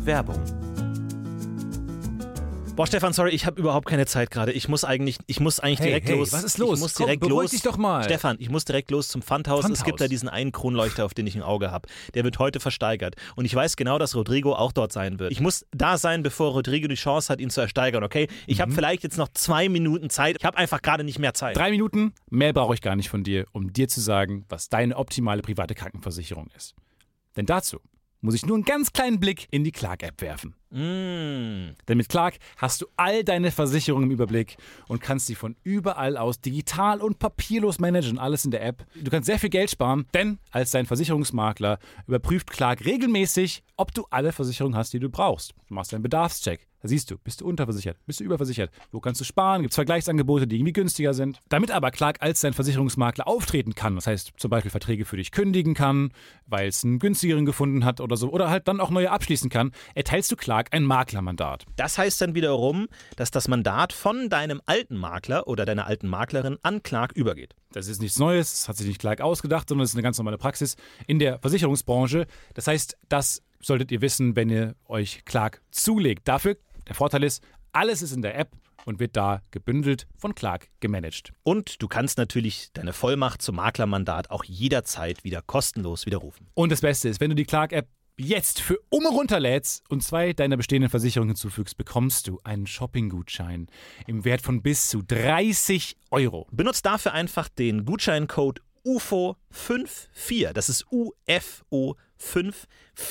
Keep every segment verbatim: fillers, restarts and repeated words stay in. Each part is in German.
Werbung. Boah, Stefan, sorry, ich habe überhaupt keine Zeit gerade. Ich muss eigentlich, ich muss eigentlich hey, direkt hey, los. Was ist los? Ich muss Komm, direkt beruhig los. dich doch mal. Stefan, ich muss direkt los zum Pfandhaus. Pfandhaus. Es gibt da diesen einen Kronleuchter, auf den ich ein Auge habe. Der wird heute versteigert. Und ich weiß genau, dass Rodrigo auch dort sein wird. Ich muss da sein, bevor Rodrigo die Chance hat, ihn zu ersteigern, okay? Ich mhm. habe vielleicht jetzt noch zwei Minuten Zeit. Ich habe einfach gerade nicht mehr Zeit. Drei Minuten? Mehr brauche ich gar nicht von dir, um dir zu sagen, was deine optimale private Krankenversicherung ist. Denn dazu muss ich nur einen ganz kleinen Blick in die Clark-App werfen. Mm. Denn mit Clark hast du all deine Versicherungen im Überblick und kannst sie von überall aus digital und papierlos managen, alles in der App. Du kannst sehr viel Geld sparen, denn als dein Versicherungsmakler überprüft Clark regelmäßig, ob du alle Versicherungen hast, die du brauchst. Du machst einen Bedarfscheck. Da siehst du, bist du unterversichert, bist du überversichert, wo kannst du sparen, gibt es Vergleichsangebote, die irgendwie günstiger sind. Damit aber Clark als dein Versicherungsmakler auftreten kann, das heißt zum Beispiel Verträge für dich kündigen kann, weil es einen günstigeren gefunden hat oder so, oder halt dann auch neue abschließen kann, erteilst du Clark ein Maklermandat. Das heißt dann wiederum, dass das Mandat von deinem alten Makler oder deiner alten Maklerin an Clark übergeht. Das ist nichts Neues, das hat sich nicht Clark ausgedacht, sondern das ist eine ganz normale Praxis in der Versicherungsbranche. Das heißt, das solltet ihr wissen, wenn ihr euch Clark zulegt. Dafür, der Vorteil ist, alles ist in der App und wird da gebündelt von Clark gemanagt. Und du kannst natürlich deine Vollmacht zum Maklermandat auch jederzeit wieder kostenlos widerrufen. Und das Beste ist, wenn du die Clark-App jetzt für Umme runterlädst und zwei deiner bestehenden Versicherungen hinzufügst, bekommst du einen Shopping-Gutschein im Wert von bis zu dreißig Euro. Benutzt dafür einfach den Gutscheincode U F O vierundfünfzig, das ist U F O fünfundfünfzig,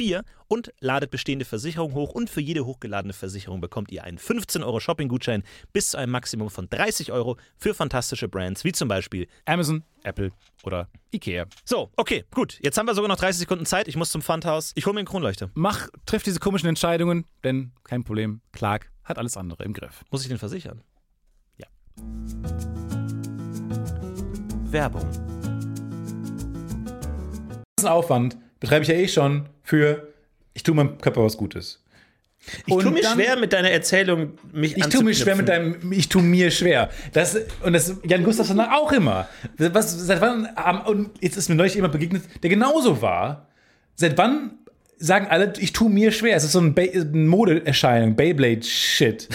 und ladet bestehende Versicherungen hoch, und für jede hochgeladene Versicherung bekommt ihr einen fünfzehn Euro Shopping-Gutschein bis zu einem Maximum von dreißig Euro für fantastische Brands wie zum Beispiel Amazon, Apple oder Ikea. So, okay, gut. Jetzt haben wir sogar noch dreißig Sekunden Zeit. Ich muss zum Pfandhaus. Ich hole mir einen Kronleuchter. Mach, triff diese komischen Entscheidungen, denn kein Problem, Clark hat alles andere im Griff. Muss ich den versichern? Ja. Werbung. Den Aufwand betreibe ich ja eh schon für, ich tue meinem Körper was Gutes. Ich tue mir dann, schwer mit deiner Erzählung, mich Ich tue mir schwer mit deinem, ich tue mir schwer. Das, und das Jan Gustafsson auch immer. Was, seit wann, und jetzt ist mir neulich jemand begegnet, der genauso war. Seit wann sagen alle, ich tue mir schwer? Es ist so ein Be- eine Modeerscheinung, Beyblade-Shit.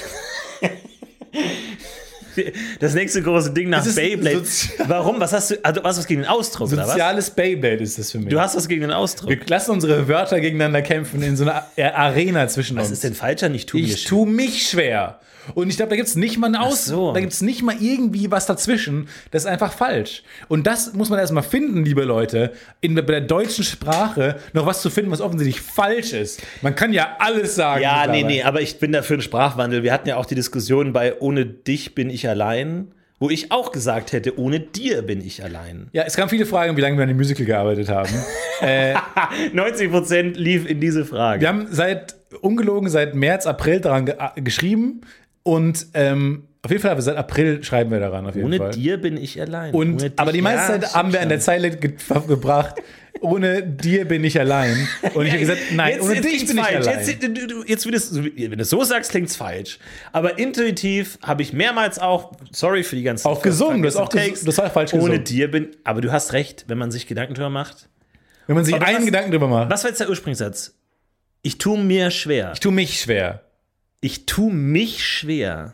Das nächste große Ding nach Beyblade. Sozi- Warum? Was hast du? Also, was hast du gegen den Ausdruck, oder was? Soziales Beyblade ist das für mich. Du hast was gegen den Ausdruck. Wir lassen unsere Wörter gegeneinander kämpfen in so einer Arena zwischen was uns. Was ist denn falsch an ich tue mir Ich tue mich schwer. Und ich glaube, da gibt es nicht mal einen Aus, so. Da gibt es nicht mal irgendwie was dazwischen. Das ist einfach falsch. Und das muss man erstmal finden, liebe Leute, in der, bei der deutschen Sprache noch was zu finden, was offensichtlich falsch ist. Man kann ja alles sagen. Ja, nee, nee, aber ich bin dafür einen Sprachwandel. Wir hatten ja auch die Diskussion bei Ohne dich bin ich allein, wo ich auch gesagt hätte, ohne dir bin ich allein. Ja, es kamen viele Fragen, wie lange wir an dem Musical gearbeitet haben. äh, neunzig Prozent lief in diese Frage. Wir haben seit, ungelogen, seit März, April daran ge- geschrieben. Und ähm, auf jeden Fall, seit April schreiben wir daran. Auf jeden ohne Fall. dir bin ich allein. Und, dich, aber die meiste ja, Zeit haben wir an der Zeile ge- gebracht, ohne dir bin ich allein. Und ich habe gesagt, nein, jetzt, ohne jetzt dich bin ich falsch. allein. Jetzt, du, du, jetzt wenn, das, wenn du es so sagst, klingt es falsch. Aber intuitiv habe ich mehrmals auch, sorry für die ganzen Auch gesungen, du hast auch Takes, das war falsch gesungen. ohne dir bin, aber du hast recht, wenn man sich Gedanken drüber macht. Wenn man sich Aber einen was- Gedanken drüber macht. Was war jetzt der Ursprungssatz? Ich tue mir schwer. Ich tue mich schwer. Ich tue mich schwer.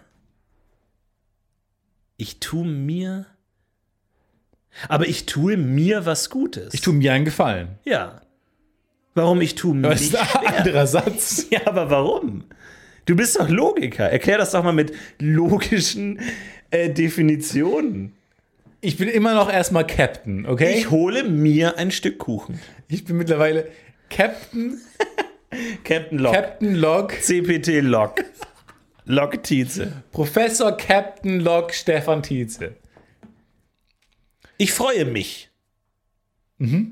Ich tue mir. Aber ich tue mir was Gutes. Ich tue mir einen Gefallen. Ja. Warum ich tue Aber das mich ist ein schwer? anderer Satz. Ja, aber warum? Du bist doch Logiker. Erklär das doch mal mit logischen äh, Definitionen. Ich bin immer noch erstmal Captain, okay? Ich hole mir ein Stück Kuchen. Ich bin mittlerweile Captain, Captain Locke. Captain Log, C P T Locke. Locke Tietze. Professor Captain Log Stefan Tietze. Ich freue mich. Mhm.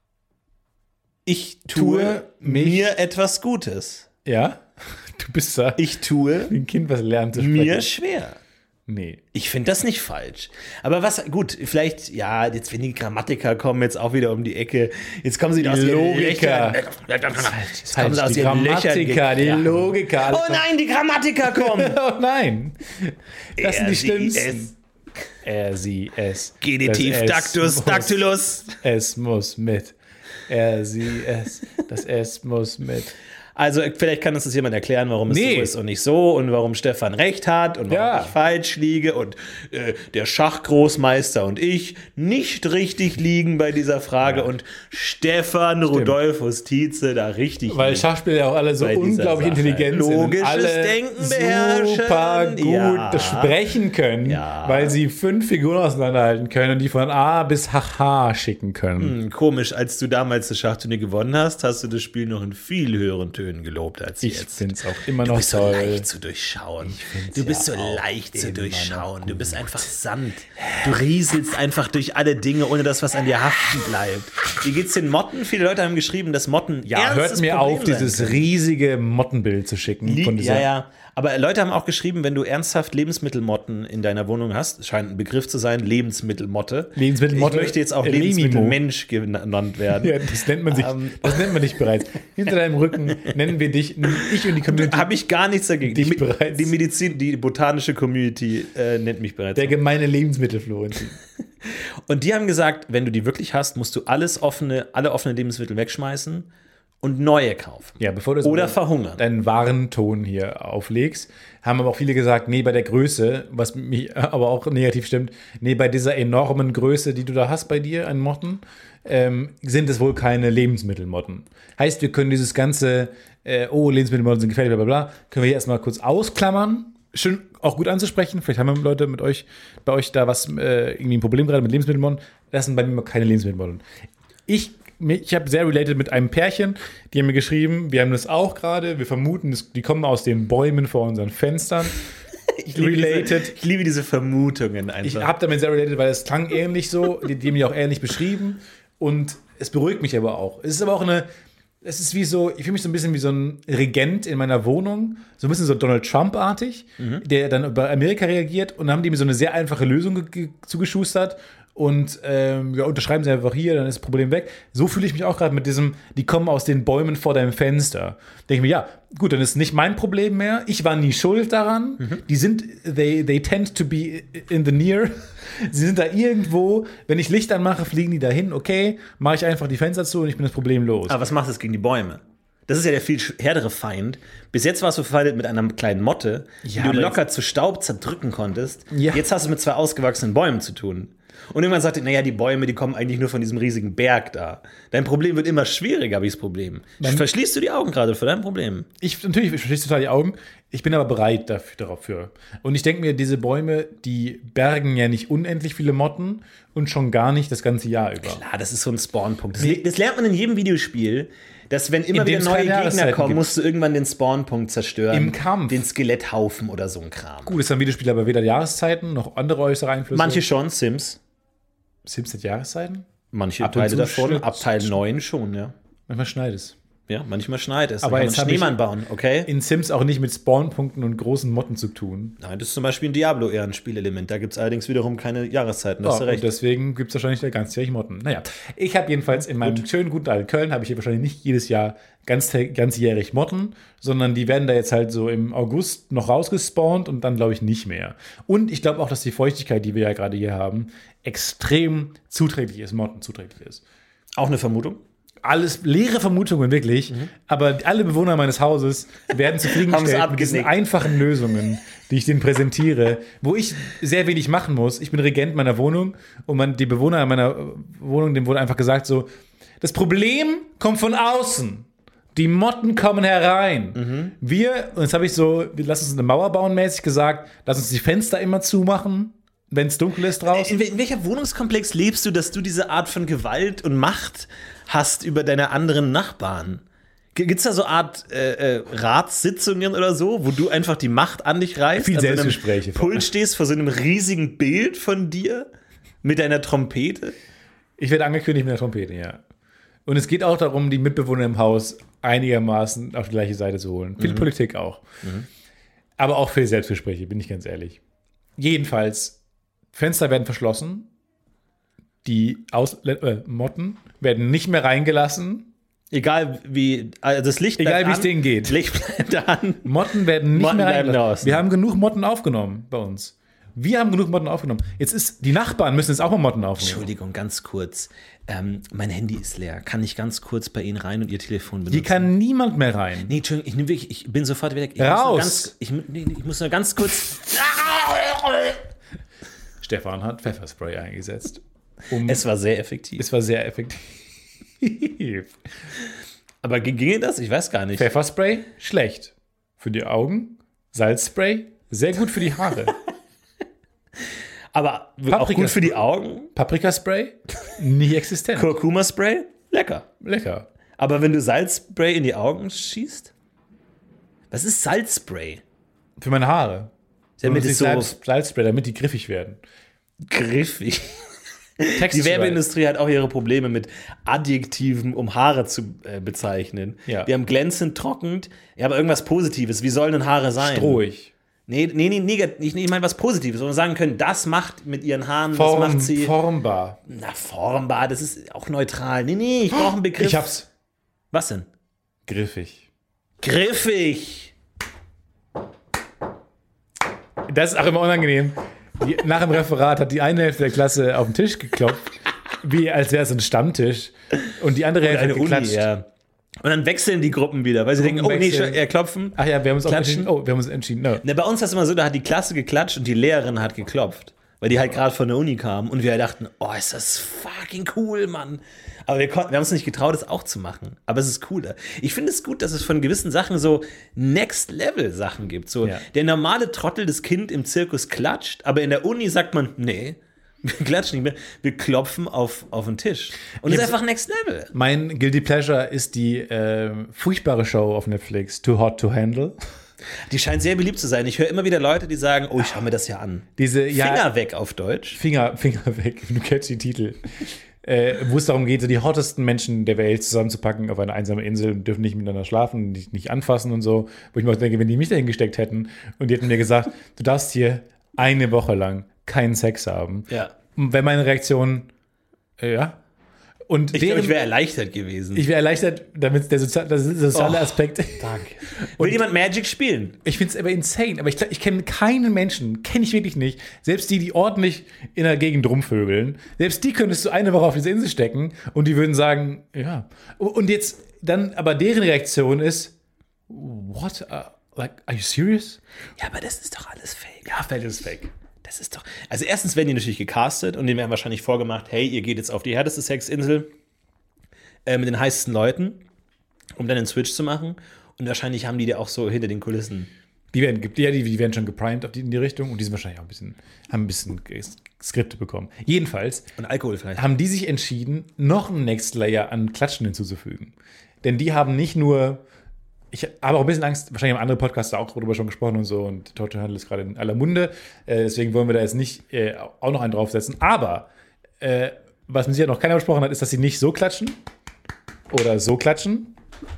Ich tue, Tue mich- mir etwas Gutes. Ja? Du bist da Ich tue wie ein Kind, was lernt zu sprechen. mir schwer. Nee. Ich finde das nicht falsch. Aber was, gut, vielleicht, ja, jetzt, wenn die Grammatiker kommen jetzt auch wieder um die Ecke, jetzt kommen sie wieder aus ihren Logiker. Löchern. Jetzt kommen sie Falsch. aus Die ihren Löchern. Grammatiker, die gekrochen. Logiker. alles Oh nein, die Grammatiker kommen. Oh nein. Das sind Er, die sie, schlimmsten. Er, sie, es. Genitiv, Das Dactus, muss- Dactylus. Es muss mit. Er, sie, es. Das S muss mit. Also vielleicht kann uns das jemand erklären, warum es Nee. so ist und nicht so und warum Stefan recht hat und warum Ja. ich falsch liege und äh, der Schachgroßmeister und ich nicht richtig liegen bei dieser Frage und Stefan Rodolphus Tietze da richtig Weil liegt. Schachspieler ja auch alle so Bei dieser unglaublich Sache. intelligent sind. und Logisches alle Denken beherrschen. super gut Ja. sprechen können, Ja. weil sie fünf Figuren auseinanderhalten können und die von A bis H schicken können. Hm, Komisch, als du damals das Schachturnier gewonnen hast, hast du das Spiel noch in viel höheren Tönen gelobt als Ich jetzt. finde es auch immer Du noch bist so toll. leicht zu durchschauen. Du bist ja so auch leicht zu immer durchschauen. noch Du bist einfach Sand. Du rieselst einfach durch alle Dinge, ohne dass was an dir haften bleibt. Wie geht's den Motten? Viele Leute haben geschrieben, dass Motten Ja, ernstes hört mir Problem auf, sein dieses können. riesige Mottenbild zu schicken. Lie- Von dieser ja, ja. Aber Leute haben auch geschrieben, wenn du ernsthaft Lebensmittelmotten in deiner Wohnung hast, scheint ein Begriff zu sein, Lebensmittelmotte. Lebensmittelmotte, Ich möchte jetzt auch äh, Lemimo. Lebensmittelmensch genannt werden. Ja, das nennt man sich, Ähm. das nennt man dich bereits. Hinter deinem Rücken nennen wir dich, ich und die Community, Habe ich gar nichts dagegen. Die, Dich Mi- bereits. die Medizin, die botanische Community äh, nennt mich bereits. der gemeine Lebensmittelflorentin. Und die haben gesagt, wenn du die wirklich hast, musst du alles offene, alle offenen Lebensmittel wegschmeißen und neue kaufen. Ja, bevor du Oder so verhungern. deinen wahren Ton hier auflegst, haben aber auch viele gesagt, nee, bei der Größe, was mich aber auch negativ stimmt, nee, bei dieser enormen Größe, die du da hast bei dir an Motten, ähm, sind es wohl keine Lebensmittelmotten. Heißt, wir können dieses ganze, äh, oh, Lebensmittelmotten sind gefährlich, bla bla bla, können wir hier erstmal kurz ausklammern. Schön auch gut anzusprechen. Vielleicht haben Leute mit euch, bei euch da was, äh, irgendwie ein Problem gerade mit Lebensmittelmotten. Das sind bei mir keine Lebensmittelmotten. Ich Ich habe sehr related mit einem Pärchen, die haben mir geschrieben, wir haben das auch gerade, wir vermuten, das, die kommen aus den Bäumen vor unseren Fenstern. Ich liebe, diese, related. ich liebe diese Vermutungen einfach. Ich habe damit sehr related, weil es klang ähnlich so, die, die haben mich auch ähnlich beschrieben und es beruhigt mich aber auch. Es ist aber auch eine, es ist wie so, ich fühle mich so ein bisschen wie so ein Regent in meiner Wohnung, so ein bisschen so Donald Trump-artig, Mhm. der dann über Amerika reagiert und dann haben die mir so eine sehr einfache Lösung ge- ge- zugeschustert und ähm, ja, unterschreiben sie einfach hier, dann ist das Problem weg. So fühle ich mich auch gerade mit diesem, die kommen aus den Bäumen vor deinem Fenster. Denke ich mir, ja, gut, dann ist nicht mein Problem mehr. Ich war nie schuld daran. Mhm. Die sind, they, they tend to be in the near. Sie sind da irgendwo. Wenn ich Licht anmache, fliegen die dahin. Okay, mache ich einfach die Fenster zu und ich bin das Problem los. Aber was macht das gegen die Bäume? Das ist ja der viel härtere Feind. Bis jetzt warst du verfeindet mit einer kleinen Motte, Ja, die du aber locker zu Staub zerdrücken konntest. Ja. Jetzt hast du es mit zwei ausgewachsenen Bäumen zu tun. Und irgendwann sagte, naja, die Bäume, die kommen eigentlich nur von diesem riesigen Berg da. Dein Problem wird immer schwieriger, habe ich das Problem. Verschließt du die Augen gerade vor deinem Problem? Ich, natürlich, ich verstehe total die Augen. Ich bin aber bereit dafür, dafür. Und ich denke mir, diese Bäume, die bergen ja nicht unendlich viele Motten und schon gar nicht das ganze Jahr über. Klar, das ist so ein Spawnpunkt. Das, das lernt man in jedem Videospiel, dass wenn immer In dem wieder es neue keine Gegner Jahreszeiten kommen, gibt. musst du irgendwann den Spawnpunkt zerstören. Im Kampf. Den Skeletthaufen oder so ein Kram. Gut, ist ein Videospiel aber weder Jahreszeiten noch andere äußere Einflüsse. Manche schon, Sims. Sims hat Jahreszeiten? Manche Ab und Teile zu davon, schnell- ab Teil neun schon, ja. Manchmal schneit es. Ja, manchmal schneit es. Aber Dann jetzt kann hab man ich- Schneemann bauen, okay? In Sims auch nicht mit Spawnpunkten und großen Motten zu tun. Nein, das ist zum Beispiel ein Diablo eher ein Spielelement. Da gibt es allerdings wiederum keine Jahreszeiten, da Ja, hast du und recht. deswegen gibt es wahrscheinlich da ganzjährig Motten. Naja, ich habe jedenfalls in meinem schönen guten alten Köln, habe ich hier wahrscheinlich nicht jedes Jahr ganz, ganzjährig Motten, sondern die werden da jetzt halt so im August noch rausgespawnt und dann glaube ich nicht mehr. Und ich glaube auch, dass die Feuchtigkeit, die wir ja gerade hier haben, extrem zuträglich ist, Motten zuträglich ist. Auch eine Vermutung? Alles leere Vermutungen, wirklich. Aber alle Bewohner meines Hauses werden zufriedengestellt mit diesen abgenickt. einfachen Lösungen, die ich denen präsentiere, wo ich sehr wenig machen muss. Ich bin Regent meiner Wohnung und man, die Bewohner meiner Wohnung, dem wurde einfach gesagt so, das Problem kommt von außen. Die Motten kommen herein. Wir, und jetzt habe ich so, wir lassen uns eine Mauer bauen mäßig gesagt, lass uns die Fenster immer zumachen, wenn es dunkel ist draußen. In, wel- in welcher Wohnungskomplex lebst du, dass du diese Art von Gewalt und Macht hast über deine anderen Nachbarn? Gibt es da so eine Art äh, äh, Ratssitzungen oder so, wo du einfach die Macht an dich reißt? Viel an so einem Selbstgespräche. Pult stehst vor so einem riesigen Bild von dir mit deiner Trompete? Ich werde angekündigt mit der Trompete, ja. Und es geht auch darum, die Mitbewohner im Haus einigermaßen auf die gleiche Seite zu holen. Viel Politik auch. Aber auch viel Selbstgespräche, bin ich ganz ehrlich. Jedenfalls, Fenster werden verschlossen. Die Aus äh, Motten werden nicht mehr reingelassen. Egal wie, also das Licht bleibt Egal, wie es an, denen geht. Licht bleibt an. Motten werden nicht Motten mehr bleiben reingelassen. draußen. Wir haben genug Motten aufgenommen bei uns. Wir haben genug Motten aufgenommen. Jetzt ist, die Nachbarn müssen jetzt auch mal Motten aufnehmen. Entschuldigung, ganz kurz. Ähm, mein Handy ist leer. Kann ich ganz kurz bei Ihnen rein und Ihr Telefon benutzen? Hier kann niemand mehr rein. Nee, Entschuldigung, ich, nehm wirklich, ich bin sofort weg. Ich Raus! Muss nur ganz, ich, nee, ich muss nur ganz kurz... Stefan hat Pfefferspray eingesetzt. Um, Es war sehr effektiv. es war sehr effektiv. Aber ginge das? Ich weiß gar nicht. Pfefferspray, schlecht. Für die Augen. Salzspray, sehr gut für die Haare. Aber auch gut für die Augen. Paprikaspray, nie existent. Kurkuma-Spray, lecker. Lecker. Aber wenn du Salzspray in die Augen schießt? Was ist Salzspray? Für meine Haare. Damit Und es so Salz, Salzspray, damit die griffig werden. griffig. Text Die Werbeindustrie hat auch ihre Probleme mit Adjektiven, um Haare zu äh, bezeichnen. Ja. Wir haben glänzend, trocken, ja, aber irgendwas Positives. Wie sollen denn Haare sein? Strohig. Nee, nee, nee, negativ. Ich, ich meine was Positives, wo wir sagen können, das macht mit ihren Haaren, Form, das macht sie. formbar. Na, formbar, das ist auch neutral. Nee, nee, ich brauche einen Begriff. Ich hab's. Was denn? Griffig. Griffig. Das ist auch immer unangenehm. Die, nach dem Referat hat die eine Hälfte der Klasse auf den Tisch geklopft, wie als wäre es ein Stammtisch. Und die andere Hälfte Eine hat geklatscht. Uni, ja. Und dann wechseln die Gruppen wieder, weil sie denken, oh nee, wechseln. schon, eher klopfen. Ach ja, wir haben uns auch Klatschen. entschieden. Oh, wir haben uns entschieden. No. Na, bei uns war es immer so, da hat die Klasse geklatscht und die Lehrerin hat geklopft. Weil die halt gerade von der Uni kamen und wir dachten, oh, ist das fucking cool, Mann. Aber wir, konnten, wir haben uns nicht getraut, das auch zu machen. Aber es ist cool. Ich finde es gut, dass es von gewissen Sachen so Next-Level-Sachen gibt. So, Ja. der normale Trottel, das Kind im Zirkus klatscht, aber in der Uni sagt man, nee, wir klatschen nicht mehr, wir klopfen auf, auf den Tisch. Und das ist einfach Next Level. Mein Guilty Pleasure ist die äh, furchtbare Show auf Netflix, Too Hot to Handle. Die scheint sehr beliebt zu sein. Ich höre immer wieder Leute, die sagen, oh, ich schaue mir das ja an. Diese, Finger ja, weg auf Deutsch. Finger, Finger weg, du kennst die Titel. Äh, wo es darum geht, so die hottesten Menschen der Welt zusammenzupacken auf eine einsame Insel und dürfen nicht miteinander schlafen, nicht, nicht anfassen und so. Wo ich mir auch denke, wenn die mich dahin gesteckt hätten und die hätten mir gesagt, du darfst hier eine Woche lang keinen Sex haben. Ja. Und wenn meine Reaktion, äh, ja. Und Ich deren, glaube, ich wäre erleichtert gewesen. ich wäre erleichtert, damit der Sozial, das soziale Oh, Aspekt. Danke. Will jemand Magic spielen? Ich finde es aber insane. Aber ich, ich kenne keinen Menschen, kenne ich wirklich nicht. Selbst die, die ordentlich in der Gegend rumvögeln, selbst die könntest du eine Woche auf diese Insel stecken und die würden sagen, ja. Und jetzt dann, aber deren Reaktion ist, what? Uh, like, are you serious? Ja, aber das ist doch alles fake. Ja, fällt ist fake. Das ist doch. Also, erstens werden die natürlich gecastet und denen werden wahrscheinlich vorgemacht: hey, ihr geht jetzt auf die härteste Sexinsel äh, mit den heißesten Leuten, um dann einen Switch zu machen. Und wahrscheinlich haben die da auch so hinter den Kulissen. Die werden, ja, die, die werden schon geprimed auf die, in die Richtung und die sind wahrscheinlich auch ein bisschen, haben ein bisschen Skripte bekommen. Jedenfalls Und Alkohol vielleicht. haben die sich entschieden, noch einen Next Layer an Klatschen hinzuzufügen. Denn die haben nicht nur, ich habe auch ein bisschen Angst, wahrscheinlich haben andere Podcasts auch darüber schon gesprochen und so und Total Handel ist gerade in aller Munde, äh, deswegen wollen wir da jetzt nicht äh, auch noch einen draufsetzen. Aber äh, was mit sicher noch keiner besprochen hat, ist, dass sie nicht so klatschen oder so klatschen,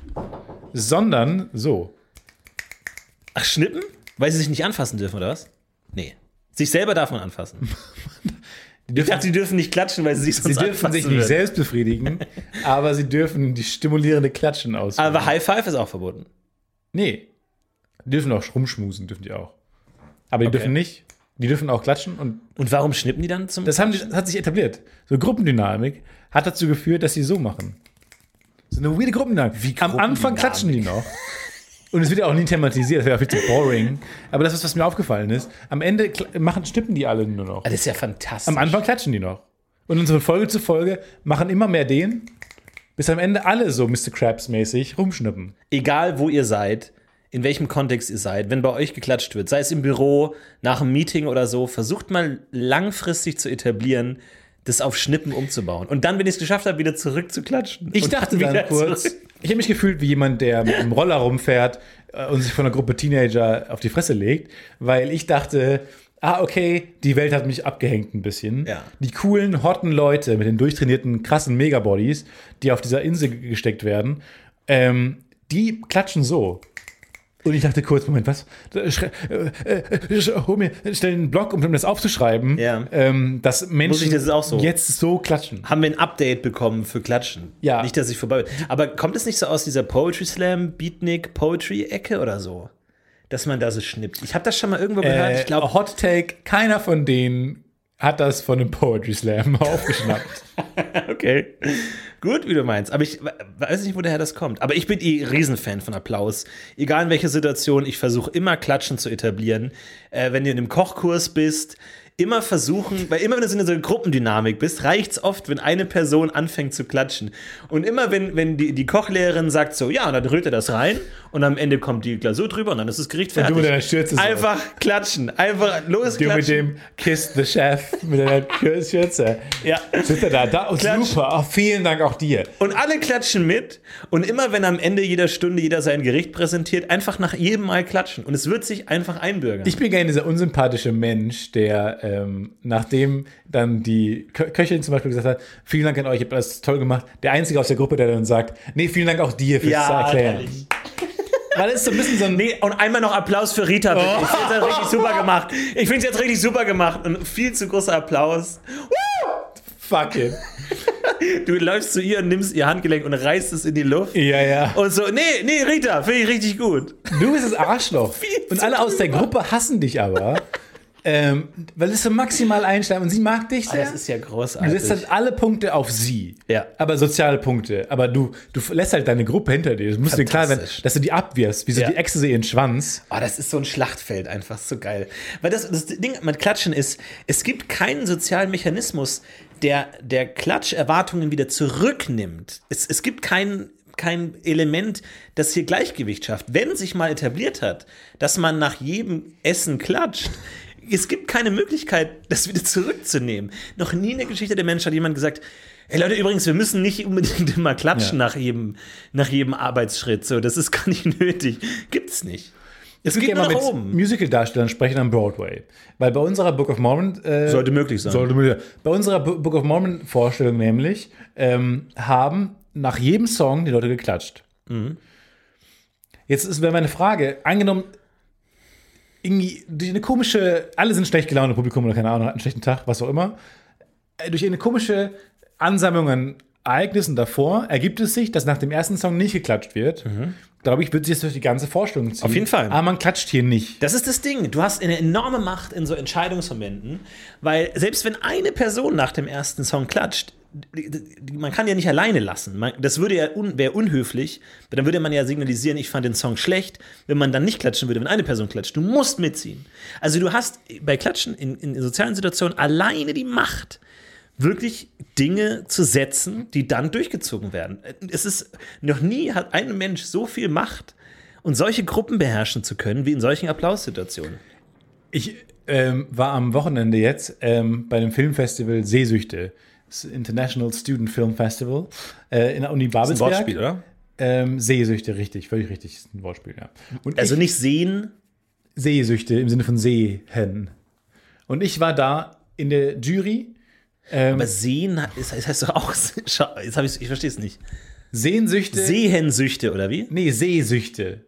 sondern so. Ach, schnippen? Weil sie sich nicht anfassen dürfen, oder was? Nee. Sich selber darf man anfassen. Ich dachte, die dürfen nicht klatschen, weil sie sich sonst Sie dürfen anfassen sich nicht würden. selbst befriedigen, aber sie dürfen die stimulierende Klatschen ausführen. Aber High Five ist auch verboten. Nee. Die dürfen auch rumschmusen, dürfen die auch. Aber die Okay. dürfen nicht. Die dürfen auch klatschen und Und warum schnippen die dann zum. das, haben die, das hat sich etabliert. So Gruppendynamik hat dazu geführt, dass sie so machen. So eine weirde Gruppendynamik. Wie Am Anfang Gruppendynamik? klatschen die noch. Und es wird ja auch nie thematisiert, das wäre auch viel zu boring. Aber das ist, was mir aufgefallen ist. Am Ende kla- machen, schnippen die alle nur noch. Ah, das ist ja fantastisch. Am Anfang klatschen die noch. Und unsere Folge zu Folge machen immer mehr den, bis am Ende alle so Mister Krabs-mäßig rumschnippen. Egal, wo ihr seid, in welchem Kontext ihr seid, wenn bei euch geklatscht wird, sei es im Büro, nach einem Meeting oder so, versucht mal langfristig zu etablieren, das auf Schnippen umzubauen. Und dann, wenn ich es geschafft habe, wieder zurück zu klatschen. Ich Und dachte dann wieder kurz, zurück. ich habe mich gefühlt wie jemand, der mit einem Roller rumfährt äh, und sich von einer Gruppe Teenager auf die Fresse legt, weil ich dachte, ah, okay, die Welt hat mich abgehängt ein bisschen. Ja. Die coolen, hotten Leute mit den durchtrainierten, krassen Megabodies, die auf dieser Insel gesteckt werden, ähm, die klatschen so. Und ich dachte kurz, Moment, was? Schrei, äh, äh, hol mir, stell einen Blog, um das aufzuschreiben, Ja. ähm, dass Menschen ich das auch so? jetzt so klatschen. Haben wir ein Update bekommen für Klatschen. Ja. Nicht, dass ich vorbei bin. Aber kommt es nicht so aus dieser Poetry Slam, Beatnik, Poetry-Ecke oder so? dass man da so schnippt. Ich habe das schon mal irgendwo gehört. Äh, Ich glaube, Hot Take, keiner von denen hat das von einem Poetry Slam aufgeschnappt. okay. Gut, wie du meinst. Aber ich weiß nicht, woher das kommt. Aber ich bin eh Riesenfan von Applaus. Egal in welcher Situation, ich versuche immer Klatschen zu etablieren. Äh, wenn du in einem Kochkurs bist, immer versuchen, weil immer wenn du in so einer Gruppendynamik bist, reicht es oft, wenn eine Person anfängt zu klatschen. Und immer wenn, wenn die, die Kochlehrerin sagt so, ja, und dann rührt er das rein und am Ende kommt die Glasur drüber und dann ist das Gericht fertig. Und du mit deiner Schürze so. Einfach klatschen, einfach losklatschen. Du mit dem Kiss the Chef, mit deiner Schürze. Ja. Sitzt er da, da oh, super, oh, vielen Dank auch dir. Und alle klatschen mit und immer wenn am Ende jeder Stunde jeder sein Gericht präsentiert, einfach nach jedem Mal klatschen und es wird sich einfach einbürgern. Ich bin gerne dieser unsympathische Mensch, der ähm, nachdem dann die Kö- Köchin zum Beispiel gesagt hat, vielen Dank an euch, ihr habt das toll gemacht, der Einzige aus der Gruppe, der dann sagt, nee, vielen Dank auch dir fürs Ja, Erklären. ehrlich. Weil es ist so ein bisschen so ein... Nee, und einmal noch Applaus für Rita. Bitte. Oh. Ich finde es richtig super gemacht. Ich finde es jetzt richtig super gemacht und viel zu großer Applaus. Fuck it. Du läufst zu ihr und nimmst ihr Handgelenk und reißt es in die Luft. Ja, ja. Und so, nee, nee, Rita, finde ich richtig gut. Du bist das Arschloch. Viel Und zu alle aus der drüber. Gruppe hassen dich aber. ähm, weil es so maximal einschleimt und sie mag dich sehr. Das ist ja Du großartig. lässt halt alle Punkte auf sie. Ja. Aber soziale Punkte. Aber du, du lässt halt deine Gruppe hinter dir. Es muss dir klar werden, Fantastisch. dass du die abwirfst, wie so Ja. die Echse ihren Schwanz. Oh, das ist so ein Schlachtfeld einfach, so geil. Weil das, das Ding mit Klatschen ist, es gibt keinen sozialen Mechanismus, der, der Klatscherwartungen wieder zurücknimmt. Es, es gibt keinen kein Element, das hier Gleichgewicht schafft. Wenn sich mal etabliert hat, dass man nach jedem Essen klatscht, es gibt keine Möglichkeit, das wieder zurückzunehmen. Noch nie in der Geschichte der Menschheit hat jemand gesagt, hey Leute, übrigens, wir müssen nicht unbedingt immer klatschen Ja. nach, jedem, nach jedem Arbeitsschritt. So, das ist gar nicht nötig. Gibt's nicht. Es Ich geht würde nur gerne nach mal mit oben. Musical-Darstellern sprechen am Broadway. Weil bei unserer Book of Mormon... Äh, Sollte möglich sein. Sollte möglich sein. Bei unserer Bu- Book of Mormon-Vorstellung nämlich ähm, haben nach jedem Song die Leute geklatscht. Mhm. Jetzt ist wäre meine Frage, angenommen, irgendwie durch eine komische, alle sind schlecht gelaunt im Publikum oder keine Ahnung, hatten einen schlechten Tag, was auch immer, äh, durch eine komische Ansammlung an Ereignissen davor ergibt es sich, dass nach dem ersten Song nicht geklatscht wird. Glaube ich, wird sich das durch die ganze Vorstellung ziehen. Auf jeden Fall. Aber man klatscht hier nicht. Das ist das Ding. Du hast eine enorme Macht in so Entscheidungsmomenten, weil selbst wenn eine Person nach dem ersten Song klatscht, die- die- man kann ja nicht alleine lassen. Man, das würde ja un, wäre unhöflich, weil dann würde man ja signalisieren, ich fand den Song schlecht, wenn man dann nicht klatschen würde, wenn eine Person klatscht. Du musst mitziehen. Also du hast bei Klatschen in, in sozialen Situationen alleine die Macht, wirklich Dinge zu setzen, die dann durchgezogen werden. Es ist, noch nie hat ein Mensch so viel Macht und solche Gruppen beherrschen zu können, wie in solchen Applaussituationen. Ich ähm, war am Wochenende jetzt ähm, bei dem Filmfestival Sehsüchte. Das International Student Film Festival äh, in der Uni Babelsberg. oder? Ähm, Sehsüchte, richtig, völlig richtig. Ist ein Wortspiel, ja. Und Also ich, nicht sehen. Sehsüchte im Sinne von Sehen. Und ich war da in der Jury. Ähm, Aber sehen ist, das heißt doch auch. Schau, jetzt hab ich, ich verstehe es nicht. Sehnsüchte. Sehensüchte, oder wie? nee, Sehsüchte.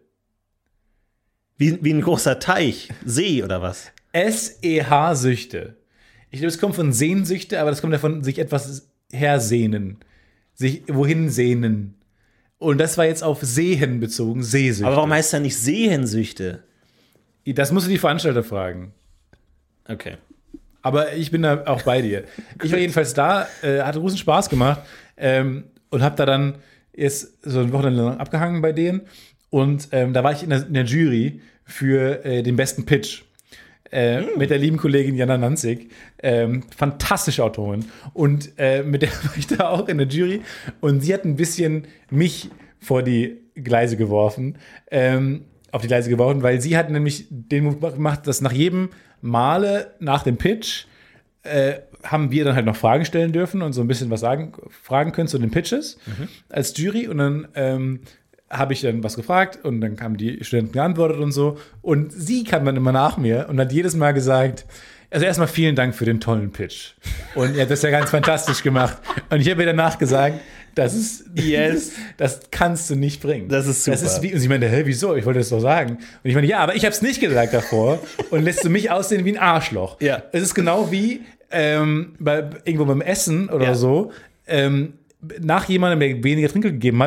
wie? Wie ein großer Teich. See oder was? S E H-Süchte. Ich glaube, es kommt von Sehnsüchte, aber das kommt davon, sich etwas hersehnen. Sich wohin sehnen. Und das war jetzt auf Sehen bezogen, Sehsüchte. Aber warum heißt er nicht Sehensüchte? Das musst du die Veranstalter fragen. Okay. Aber ich bin da auch bei dir. Ich war jedenfalls da, äh, hatte großen Spaß gemacht ähm, und habe da dann jetzt so ein Wochenende lang abgehangen bei denen. Und ähm, da war ich in der, in der Jury für äh, den besten Pitch. Äh, Mm. Mit der lieben Kollegin Jana Nanzig. Ähm, fantastische Autorin. Und äh, mit der war ich da auch in der Jury. Und sie hat ein bisschen mich vor die Gleise geworfen. Ähm, auf die Gleise geworfen, weil sie hat nämlich den Move gemacht, dass nach jedem Male nach dem Pitch äh, haben wir dann halt noch Fragen stellen dürfen und so ein bisschen was sagen, fragen können zu den Pitches als Jury. Und dann ähm, habe ich dann was gefragt und dann haben die Studenten geantwortet und so. Und sie kam dann immer nach mir und hat jedes Mal gesagt, also erstmal vielen Dank für den tollen Pitch. Und ihr habt das ja ganz fantastisch gemacht. Und ich habe ihr danach gesagt, das ist, Yes. das kannst du nicht bringen. Das ist super. Das ist wie, und sie meinte, hä, wieso? Ich wollte das doch sagen. Und ich meine, ja, aber ich habe es nicht gesagt davor und lässt du mich aussehen wie ein Arschloch. Ja. Es ist genau wie ähm, bei, irgendwo beim Essen oder Ja. so, ähm, nach jemandem, der weniger Trinkgeld gegeben hat,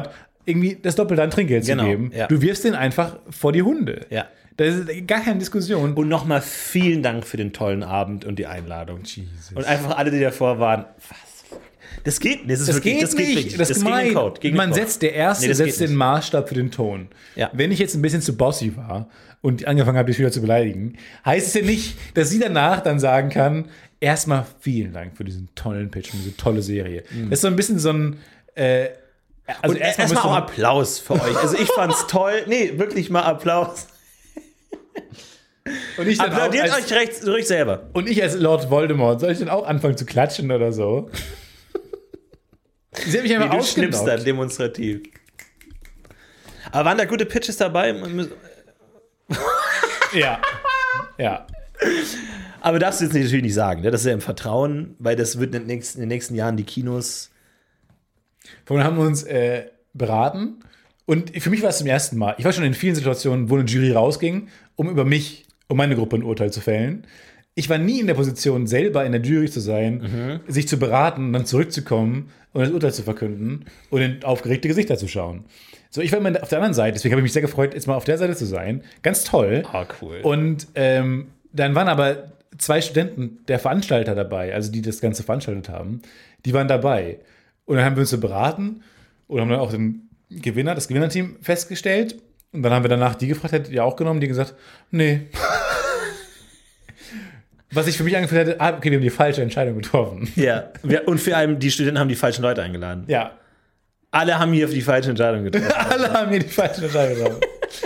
irgendwie das Doppelte an Trinkgeld Genau, zu geben. ja. Du wirfst den einfach vor die Hunde. Ja. Das ist gar keine Diskussion. Und nochmal vielen Dank für den tollen Abend und die Einladung. Jesus. Und einfach alle, die davor waren. Was? Das geht nicht. Das, ist Das wirklich, geht das geht nicht. nicht. Das ist gegen den gemein. Code. Gegen Man den Code. setzt, der Erste Nee, das setzt geht den nicht. Maßstab für den Ton. Ja. Wenn ich jetzt ein bisschen zu bossy war und angefangen habe, die Schüler zu beleidigen, heißt es ja nicht, dass sie danach dann sagen kann, erstmal vielen Dank für diesen tollen Pitch und diese tolle Serie. Mhm. Das ist so ein bisschen so ein äh, also Und erstmal müsste auch man- Applaus für euch. Also ich fand's toll. Nee, wirklich mal Applaus. und ich dann auch Applaudiert als, euch recht, ruhig selber. und ich als Lord Voldemort, soll ich dann auch anfangen zu klatschen oder so? Sie hat mich einfach Nee, du schnippst ausgenockt. dann demonstrativ. Aber waren da gute Pitches dabei? Ja. Ja. Aber darfst du jetzt natürlich nicht sagen. Ne? Das ist ja im Vertrauen, weil das wird in den nächsten, in den nächsten Jahren die Kinos. Vorhin haben wir uns äh, beraten und für mich war es zum ersten Mal. Ich war schon in vielen Situationen, wo eine Jury rausging, um über mich, um meine Gruppe ein Urteil zu fällen. Ich war nie in der Position, selber in der Jury zu sein, Mhm. sich zu beraten und dann zurückzukommen und das Urteil zu verkünden und in aufgeregte Gesichter zu schauen. So, ich war immer auf der anderen Seite, deswegen habe ich mich sehr gefreut, jetzt mal auf der Seite zu sein. Ganz toll. Ah, cool. Und ähm, dann waren aber zwei Studenten der Veranstalter dabei, also die das Ganze veranstaltet haben, die waren dabei. Und dann haben wir uns so beraten und haben dann auch den Gewinner, das Gewinnerteam festgestellt. Und dann haben wir danach die gefragt, hättet ihr auch genommen, die gesagt, nee. Was ich für mich angefühlt hätte, ah, okay, wir haben die falsche Entscheidung getroffen. Ja, wir, und vor allem die Studenten haben die falschen Leute eingeladen. Ja, Alle haben hier die falsche Entscheidung getroffen. alle haben hier die falsche Entscheidung getroffen.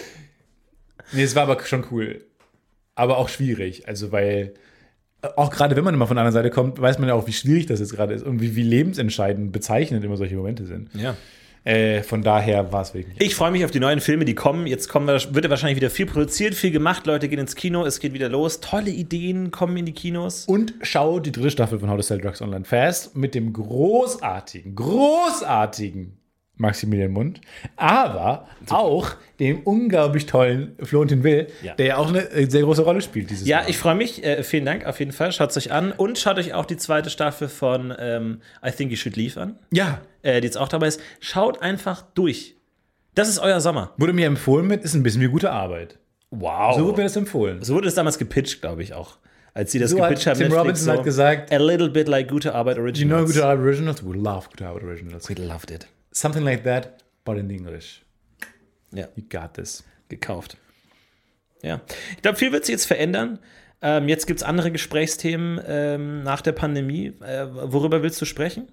Nee, es war aber schon cool. Aber auch schwierig. Also, weil, auch gerade wenn man immer von einer Seite kommt, weiß man ja auch, wie schwierig das jetzt gerade ist und wie, wie lebensentscheidend bezeichnend immer solche Momente sind. Ja. Äh, von daher war es wirklich. Ich freue mich auf die neuen Filme, die kommen. Jetzt kommen wir, wird ja wahrscheinlich wieder viel produziert, viel gemacht. Leute gehen ins Kino, es geht wieder los. Tolle Ideen kommen in die Kinos. Und schau die dritte Staffel von How to Sell Drugs Online Fast mit dem großartigen, großartigen Maximilian Mund, aber auch dem unglaublich tollen Florentin Will, Ja. der ja auch eine äh, sehr große Rolle spielt dieses Ja, Mal. ich freue mich. Äh, vielen Dank auf jeden Fall. Schaut es euch an. Und schaut euch auch die zweite Staffel von ähm, I Think You Should Leave an, Ja, äh, die jetzt auch dabei ist. Schaut einfach durch. Das ist euer Sommer. wurde mir empfohlen mit, ist ein bisschen wie gute Arbeit. Wow. So wird mir das empfohlen. So wurde es damals gepitcht, glaube ich auch. Als sie das So hat gepitcht haben. Tim Netflix Robinson so, hat gesagt, a little bit like gute Arbeit you Originals. know Gute Arbeit Originals? We love Gute Arbeit Originals. We loved it. Something like that, but in English. Ja, You got this. gekauft. Ja. Ich glaube, viel wird sich jetzt verändern. Ähm, jetzt gibt es andere Gesprächsthemen ähm, nach der Pandemie. Äh, worüber willst du sprechen?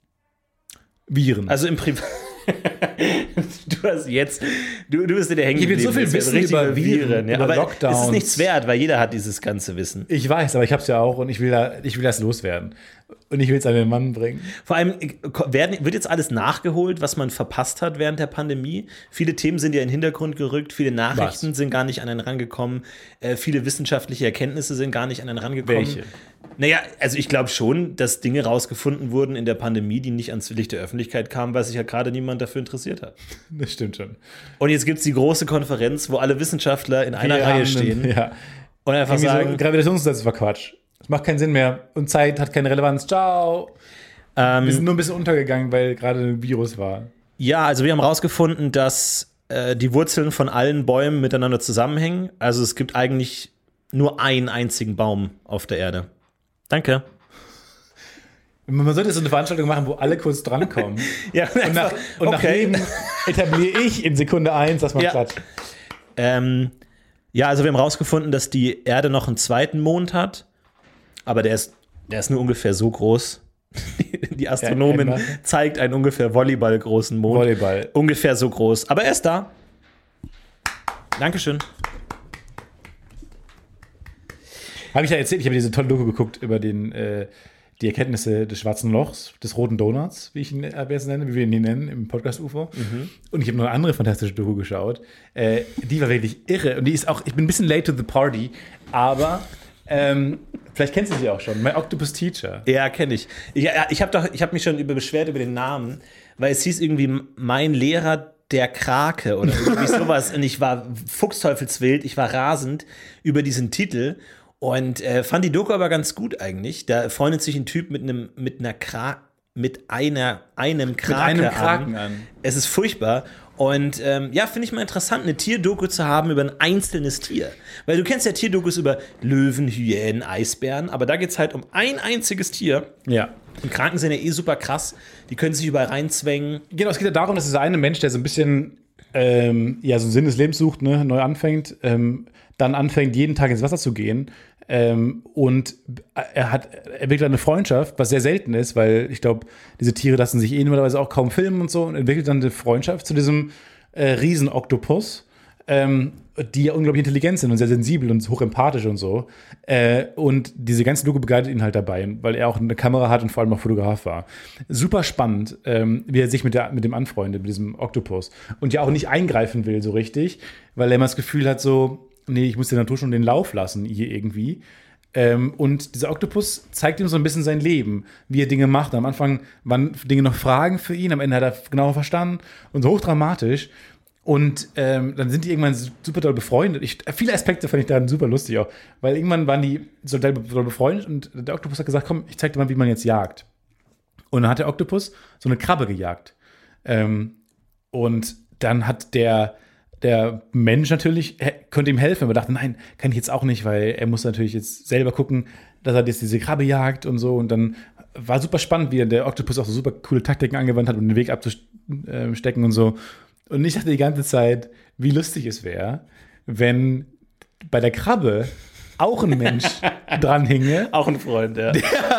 Viren. Also im Privat. Du hast jetzt, du, du bist in der hängen Ich will so geblieben. viel Jetzt wissen richtig über Viren, ja. über Aber Lockdowns. es ist nichts wert, weil jeder hat dieses ganze Wissen. Ich weiß, aber ich hab's ja auch und ich will, da, ich will das loswerden. Und ich will es an den Mann bringen. Vor allem äh, werden, wird jetzt alles nachgeholt, was man verpasst hat während der Pandemie. Viele Themen sind ja in den Hintergrund gerückt, viele Nachrichten Was? sind gar nicht an einen rangekommen, äh, viele wissenschaftliche Erkenntnisse sind gar nicht an einen rangekommen. Welche? Naja, also ich glaube schon, dass Dinge rausgefunden wurden in der Pandemie, die nicht ans Licht der Öffentlichkeit kamen, weil sich ja gerade niemand dafür interessiert hat. Das stimmt schon. Und jetzt gibt es die große Konferenz, wo alle Wissenschaftler in einer Wir Reihe haben stehen einen- Ja. und einfach Irgendwie sagen, so, Gravitationsgesetz war Quatsch. Das macht keinen Sinn mehr. Und Zeit hat keine Relevanz. Ciao. ähm, Wir sind nur ein bisschen untergegangen, weil gerade ein Virus war. ja, also wir haben rausgefunden, dass äh, die Wurzeln von allen Bäumen miteinander zusammenhängen. Also es gibt eigentlich nur einen einzigen Baum auf der Erde. Danke. Man sollte so eine Veranstaltung machen, wo alle kurz drankommen. Ja, Und nach, und nach okay. jedem etabliere ich in Sekunde eins, dass man Ja. klatscht. Ähm, ja, also wir haben rausgefunden, dass die Erde noch einen zweiten Mond hat, aber der ist, der ist nur ungefähr so groß. Die Astronomin Ja, zeigt einen ungefähr volleyballgroßen Mond. Volleyball. Ungefähr so groß. Aber er ist da. Dankeschön. Habe ich ja erzählt, ich habe diese tolle Doku geguckt über den, äh, die Erkenntnisse des Schwarzen Lochs, des Roten Donuts, wie ich ihn äh, jetzt nenne, wie wir ihn hier nennen im Podcast U F O. Mhm. Und ich habe noch eine andere fantastische Doku geschaut. Äh, die war wirklich irre. Und die ist auch, ich bin ein bisschen late to the party, aber ähm, vielleicht kennst du sie auch schon. My Octopus Teacher. Ja, kenne ich. Ich, ja, ich habe doch, ich habe mich schon über beschwert über den Namen, weil es hieß irgendwie mein Lehrer der Krake oder irgendwie sowas. Und ich war fuchsteufelswild, ich war rasend über diesen Titel und äh, fand die Doku aber ganz gut eigentlich. Da freundet sich ein Typ mit einem mit einer Krake mit einer einem Krake einem Kraken an. an. Es ist furchtbar. Und ähm, ja, finde ich mal interessant, eine Tierdoku zu haben über ein einzelnes Tier. Weil du kennst ja Tierdokus über Löwen, Hyänen, Eisbären, aber da geht es halt um ein einziges Tier. Ja. Und Kraken sind ja eh super krass. Die können sich überall reinzwängen. Genau, es geht ja darum, dass dieser eine Mensch, der so ein bisschen ähm, ja, so einen Sinn des Lebens sucht, ne, neu anfängt, ähm, dann anfängt, jeden Tag ins Wasser zu gehen. Ähm, und er hat er entwickelt eine Freundschaft, was sehr selten ist, weil ich glaube, diese Tiere lassen sich eh normalerweise auch kaum filmen und so, und entwickelt dann eine Freundschaft zu diesem äh, Riesen-Oktopus, ähm, die ja unglaublich intelligent sind und sehr sensibel und hochempathisch und so. Äh, und diese ganze Doku begleitet ihn halt dabei, weil er auch eine Kamera hat und vor allem auch Fotograf war. Super spannend, ähm, wie er sich mit, der, mit dem anfreundet, mit diesem Oktopus. Und ja auch nicht eingreifen will so richtig, weil er immer das Gefühl hat so, nee, ich muss der Natur schon den Lauf lassen hier irgendwie. Ähm, und dieser Oktopus zeigt ihm so ein bisschen sein Leben, wie er Dinge macht. Am Anfang waren Dinge noch Fragen für ihn, am Ende hat er genau verstanden und so hochdramatisch. Und ähm, dann sind die irgendwann super doll befreundet. Ich, viele Aspekte fand ich da super lustig auch, weil irgendwann waren die so doll befreundet und der Oktopus hat gesagt, komm, ich zeig dir mal, wie man jetzt jagt. Und dann hat der Oktopus so eine Krabbe gejagt. Ähm, und dann hat der Der Mensch natürlich könnte ihm helfen, aber dachte, nein, kann ich jetzt auch nicht, weil er muss natürlich jetzt selber gucken, dass er jetzt diese Krabbe jagt und so. Und dann war super spannend, wie der Oktopus auch so super coole Taktiken angewandt hat, um den Weg abzustecken und so. Und ich dachte die ganze Zeit, wie lustig es wäre, wenn bei der Krabbe auch ein Mensch dran hinge. Auch ein Freund, ja. Der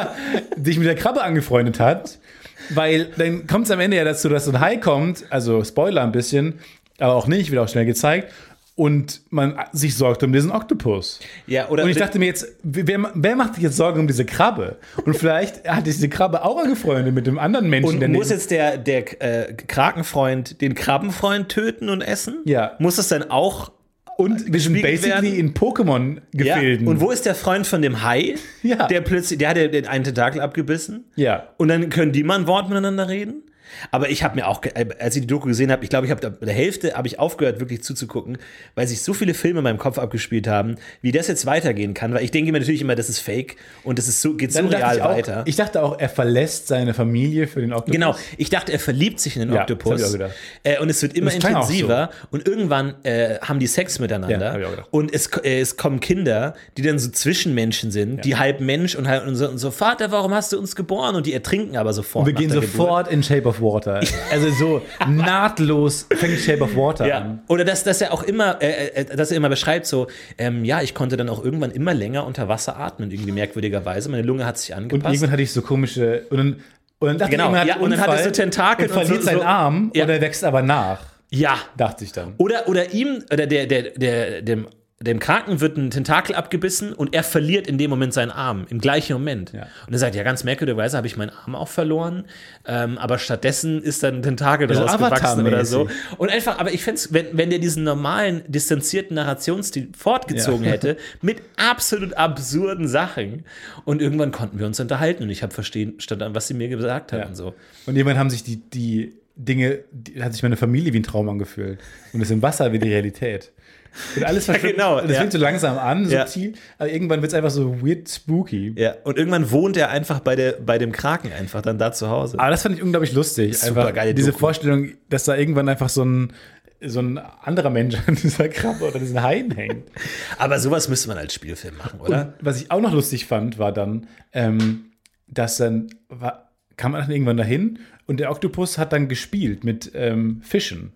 sich mit der Krabbe angefreundet hat. Weil dann kommt es am Ende ja dazu, dass so ein Hai kommt, also Spoiler ein bisschen, aber auch nicht, wird auch schnell gezeigt. Und man sich sorgt um diesen Oktopus. Ja, oder und ich dachte mir jetzt, wer, wer macht sich jetzt Sorgen um diese Krabbe? Und vielleicht hat diese Krabbe auch angefreundet mit dem anderen Menschen. Und der muss neben- jetzt der, der äh, Krakenfreund den Krabbenfreund töten und essen? Ja. Muss das dann auch Und wir sind gespiegelt basically werden? in Pokémon-Gefilden. Ja. Und wo ist der Freund von dem Hai? Ja. Der plötzlich, der hat ja den einen Tentakel abgebissen. Ja. Und dann können die mal ein Wort miteinander reden. Aber ich habe mir auch, als ich die Doku gesehen habe, ich glaube, ich habe bei der Hälfte habe ich aufgehört, wirklich zuzugucken, weil sich so viele Filme in meinem Kopf abgespielt haben, wie das jetzt weitergehen kann. Weil ich denke mir natürlich immer, das ist fake und das ist so, geht Dann so dachte real ich auch, weiter. Ich dachte auch, er verlässt seine Familie für den Oktopus. Genau, ich dachte, er verliebt sich in den Ja, Oktopus. das hab ich auch gedacht. Äh, und es wird immer Das klang auch intensiver. Und irgendwann äh, haben die Sex miteinander. Ja, hab ich auch gedacht. Und es, äh, es kommen Kinder, die dann so Zwischenmenschen sind, die halb Mensch und halb und so, und so, Vater, warum hast du uns geboren? Und die ertrinken aber sofort. Und wir nach gehen der sofort in Shape of Water. Also so nahtlos fängt Shape of Water Ja. an. Oder dass, dass er auch immer, äh, äh, dass er immer beschreibt, so, ähm, ja, ich konnte dann auch irgendwann immer länger unter Wasser atmen, irgendwie merkwürdigerweise. Meine Lunge hat sich Und angepasst. irgendwann hatte ich so komische. Und dann, und dann dachte Genau, ich, man hat ja, einen und dann hat er Unfall so Tentakel und und verliert so- seinen so- Arm Ja. oder er wächst aber nach. ja. Dachte ich dann. Oder, oder ihm, oder der, der, der, dem, dem Kranken wird ein Tentakel abgebissen und er verliert in dem Moment seinen Arm, im gleichen Moment. Ja. Und er sagt, ja, ganz merkwürdigerweise habe ich meinen Arm auch verloren, ähm, aber stattdessen ist dann ein Tentakel Also daraus gewachsen oder so. Avatar-mäßig. Und einfach, aber ich fände es, wenn, wenn der diesen normalen, distanzierten Narrationsstil fortgezogen Ja. hätte, mit absolut absurden Sachen. Und irgendwann konnten wir uns unterhalten und ich habe verstehen, stand an, was sie mir gesagt haben. Ja. So. Und irgendwann haben sich die, die Dinge, die, hat sich meine Familie wie ein Traum angefühlt. Und das im Wasser wie die Realität. Und alles verschwimmt. genau, Und das ja. fängt so langsam an, Ja. subtil. Aber irgendwann wird es einfach so weird spooky. Ja, und irgendwann wohnt er einfach bei, der, bei dem Kraken einfach dann da zu Hause. Aber das fand ich unglaublich lustig. Super Einfach geile diese Doku. Vorstellung, dass da irgendwann einfach so ein, so ein anderer Mensch an dieser Krabbe oder diesen Haien hängt. Aber sowas müsste man als Spielfilm machen, oder? Und was ich auch noch lustig fand, war dann, ähm, dass dann war, kam man dann irgendwann dahin und der Oktopus hat dann gespielt mit ähm, Fischen.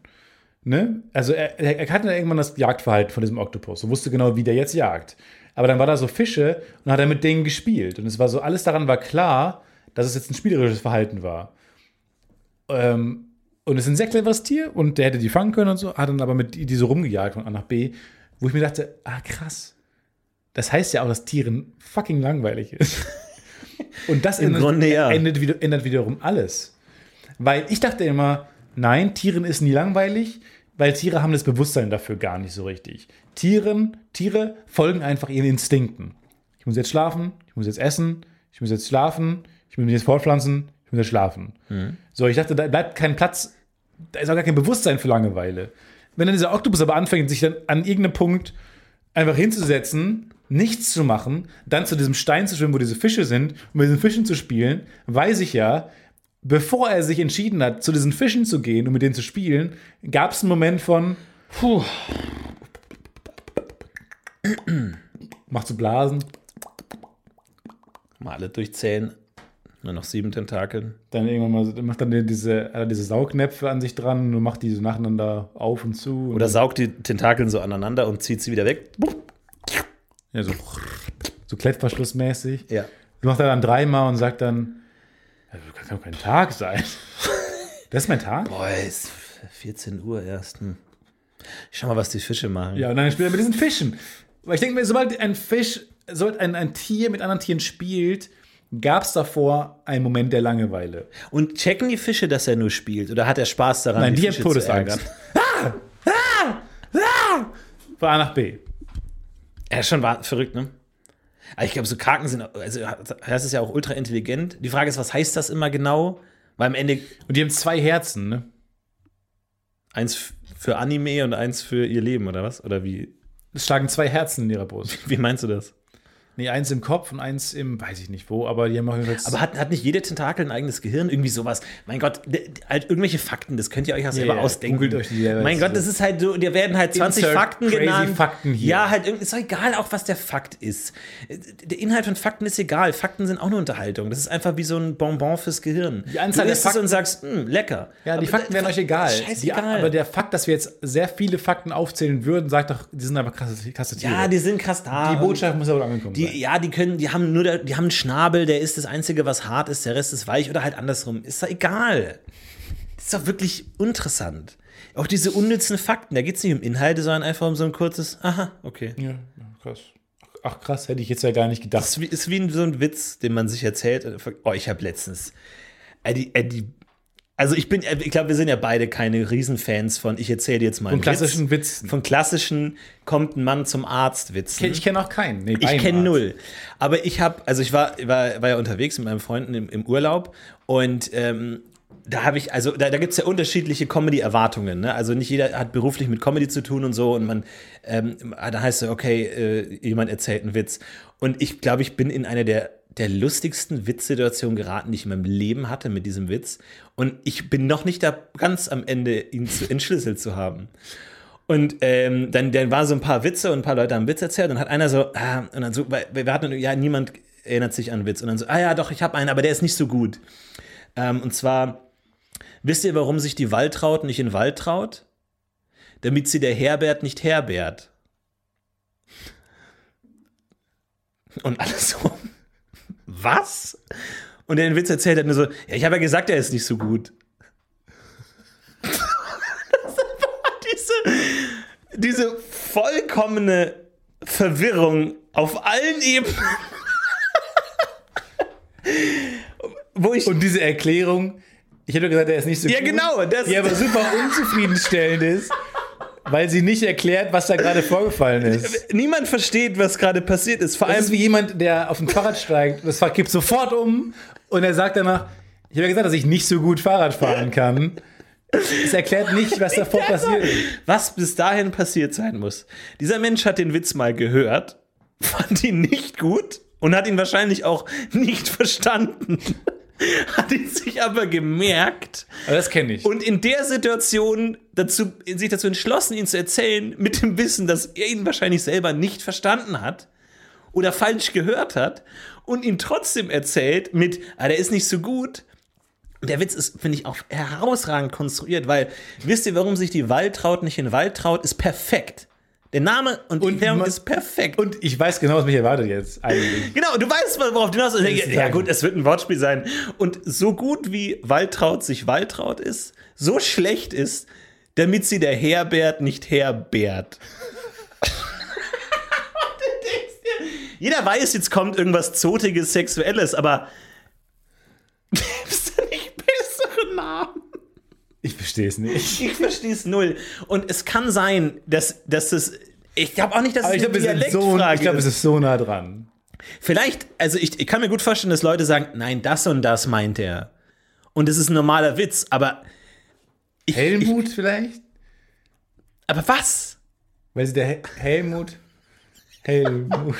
Ne? Also er, er kannte dann irgendwann das Jagdverhalten von diesem Oktopus und wusste genau, wie der jetzt jagt. Aber dann war da so Fische und hat er mit denen gespielt. Und es war so, alles daran war klar, dass es jetzt ein spielerisches Verhalten war. Ähm, und es ist ein sehr cleveres Tier und der hätte die fangen können und so, hat dann aber mit die so rumgejagt von A nach B, wo ich mir dachte, ah krass. Das heißt ja auch, dass Tieren fucking langweilig ist. Und das Im ändert, Grunde ja. ändert, wieder, ändert wiederum alles. Weil ich dachte immer, nein, Tieren ist nie langweilig, weil Tiere haben das Bewusstsein dafür gar nicht so richtig. Tieren, Tiere folgen einfach ihren Instinkten. Ich muss jetzt schlafen, ich muss jetzt essen, ich muss jetzt schlafen, ich muss mich jetzt fortpflanzen, ich muss jetzt schlafen. Mhm. So, ich dachte, da bleibt kein Platz, da ist auch gar kein Bewusstsein für Langeweile. Wenn dann dieser Oktopus aber anfängt, sich dann an irgendeinem Punkt einfach hinzusetzen, nichts zu machen, dann zu diesem Stein zu schwimmen, wo diese Fische sind, und mit diesen Fischen zu spielen, weiß ich ja, bevor er sich entschieden hat, zu diesen Fischen zu gehen und mit denen zu spielen, gab es einen Moment von, puh, macht so Blasen. Mal alle durchzählen. Nur noch sieben Tentakeln. Dann irgendwann mal, so- macht dann diese, äh, diese Saugnäpfe an sich dran und macht die so nacheinander auf und zu. Oder saugt die Tentakeln so aneinander und zieht sie wieder weg. Ja, so, so klettverschlussmäßig. Ja. Das macht er dann dreimal und sagt dann, das kann doch kein Tag sein. Das ist mein Tag? Boah, es ist vierzehn Uhr erst. Hm. Schau mal, was die Fische machen. Ja, und dann spielt er mit diesen Fischen. Weil ich denke mir, sobald ein Fisch, sobald ein, ein Tier mit anderen Tieren spielt, gab es davor einen Moment der Langeweile. Und checken die Fische, dass er nur spielt? Oder hat er Spaß daran, Nein, die, Fische haben zu Todesangst. ärgern? Von A nach B. Ja, schon war verrückt, ne? Aber ich glaube, so Kraken sind, also das ist ja auch ultra intelligent. Die Frage ist, was heißt das immer genau? Weil am Ende Und die haben zwei Herzen, ne? eins f- für Anime und eins für ihr Leben, oder was? Oder wie, Es schlagen zwei Herzen in ihrer Brust. wie meinst du das? Nee, eins im Kopf und eins im, weiß ich nicht wo, aber die haben auch jedenfalls. Aber hat, hat nicht jede Tentakel ein eigenes Gehirn? Irgendwie sowas. Mein Gott, d- d- halt irgendwelche Fakten, das könnt ihr euch auch selber ja, ausdenken. googelt euch die selber. Mein Gott, das ist halt so, dir werden halt zwanzig Insert Fakten crazy genannt. Fakten hier. Ja, halt, irgend- ist doch egal auch, was der Fakt ist. Der Inhalt von Fakten ist egal. Fakten sind auch nur Unterhaltung. Das ist einfach wie so ein Bonbon fürs Gehirn. Die Anzahl du der isst es Fakten- und sagst, hm, lecker. Ja, die Aber Fakten da- wären euch egal. Die, Scheißegal. aber der Fakt, dass wir jetzt sehr viele Fakten aufzählen würden, sagt doch, die sind einfach krasse, krasse Tiere. Ja, die sind krass da. die Botschaft muss aber angekommen Die, sein. ja, die können, die haben nur, die haben einen Schnabel, der ist das Einzige, was hart ist, der Rest ist weich oder halt andersrum. Ist doch egal. Das ist doch wirklich interessant. Auch diese unnützen Fakten, da geht es nicht um Inhalte, sondern einfach um so ein kurzes, aha, okay. Ja, ja, krass. Ach krass, hätte ich jetzt ja gar nicht gedacht. Das ist wie, ist wie so ein Witz, den man sich erzählt. Oh, ich habe letztens, äh, die, äh, die, also ich bin, äh, ich glaube, wir sind ja beide keine Riesenfans von, ich erzähle dir jetzt mal einen Von klassischen Witz. Witzen. Von klassischen, kommt ein Mann zum Arzt Witzen. Ich kenne auch keinen. Nee, Ich beim kenne Arzt. null. Aber ich habe, also ich war, war, war ja unterwegs mit meinen Freunden im, im Urlaub und ähm, da habe ich, also da, da gibt es ja unterschiedliche Comedy-Erwartungen. Ne? Also nicht jeder hat beruflich mit Comedy zu tun und so und man, ähm, da heißt es, okay, äh, jemand erzählt einen Witz. Und ich glaube, ich bin in eine der, der lustigsten Witzsituationen geraten, die ich in meinem Leben hatte mit diesem Witz. Und ich bin noch nicht da ganz am Ende, ihn zu entschlüsselt zu haben. Und ähm, dann, dann waren so ein paar Witze und ein paar Leute haben einen Witz erzählt und hat einer so, ah, und dann so, weil wir hatten, ja, niemand erinnert sich an einen Witz. Und dann so, ah ja, doch, ich habe einen, aber der ist nicht so gut. Ähm, und zwar, wisst ihr, warum sich die Waltraud nicht in den Wald traut? Damit sie der Herbert nicht herbert. Und alles so, was? Und der den Witz erzählt hat nur so, ja, ich habe ja gesagt, er ist nicht so gut. diese, diese vollkommene Verwirrung auf allen Ebenen. Wo ich. Und diese Erklärung, ich hätte gesagt, er ist nicht so Ja, gut, genau, das- die aber super unzufriedenstellend ist, weil sie nicht erklärt, was da gerade vorgefallen ist. Niemand versteht, was gerade passiert ist. Vor Das allem. ist wie jemand, der auf ein Fahrrad steigt, das Fahrrad kippt sofort um und er sagt danach, ich habe ja gesagt, dass ich nicht so gut Fahrrad fahren kann. Es erklärt nicht, was davor passiert ist. Was bis dahin passiert sein muss. Dieser Mensch hat den Witz mal gehört, fand ihn nicht gut und hat ihn wahrscheinlich auch nicht verstanden. Hat ihn sich aber gemerkt Aber das kenne ich. und in der Situation dazu, sich dazu entschlossen, ihn zu erzählen, mit dem Wissen, dass er ihn wahrscheinlich selber nicht verstanden hat oder falsch gehört hat und ihn trotzdem erzählt mit, ah, der ist nicht so gut. Der Witz ist, finde ich, auch herausragend konstruiert, weil, wisst ihr, warum sich die Waltraud nicht in den Wald traut, ist perfekt. Der Name und die Und Erklärung man- ist perfekt. Und ich weiß genau, was mich erwartet jetzt eigentlich. Genau, du weißt, worauf du hinaus willst. ist Ja sagen. gut, es wird ein Wortspiel sein. Und so gut wie Waltraud sich Waltraud ist, so schlecht ist, damit sie der Herbert nicht herbert. Jeder weiß, jetzt kommt irgendwas Zotiges, Sexuelles, aber gibt's da nicht bessere Namen? Ich verstehe es nicht. Ich verstehe es null. Und es kann sein, dass, dass es. Ich glaube auch nicht, dass Aber es ich eine glaube, es, ist so, Dialektfrage ich glaub, es ist. ist so nah dran. Vielleicht, also ich, ich kann mir gut vorstellen, dass Leute sagen, nein, das und das meint er. Und es ist ein normaler Witz, aber. Ich, Helmut Ich, vielleicht? aber was? Weil sie der Hel- Helmut. Helmut.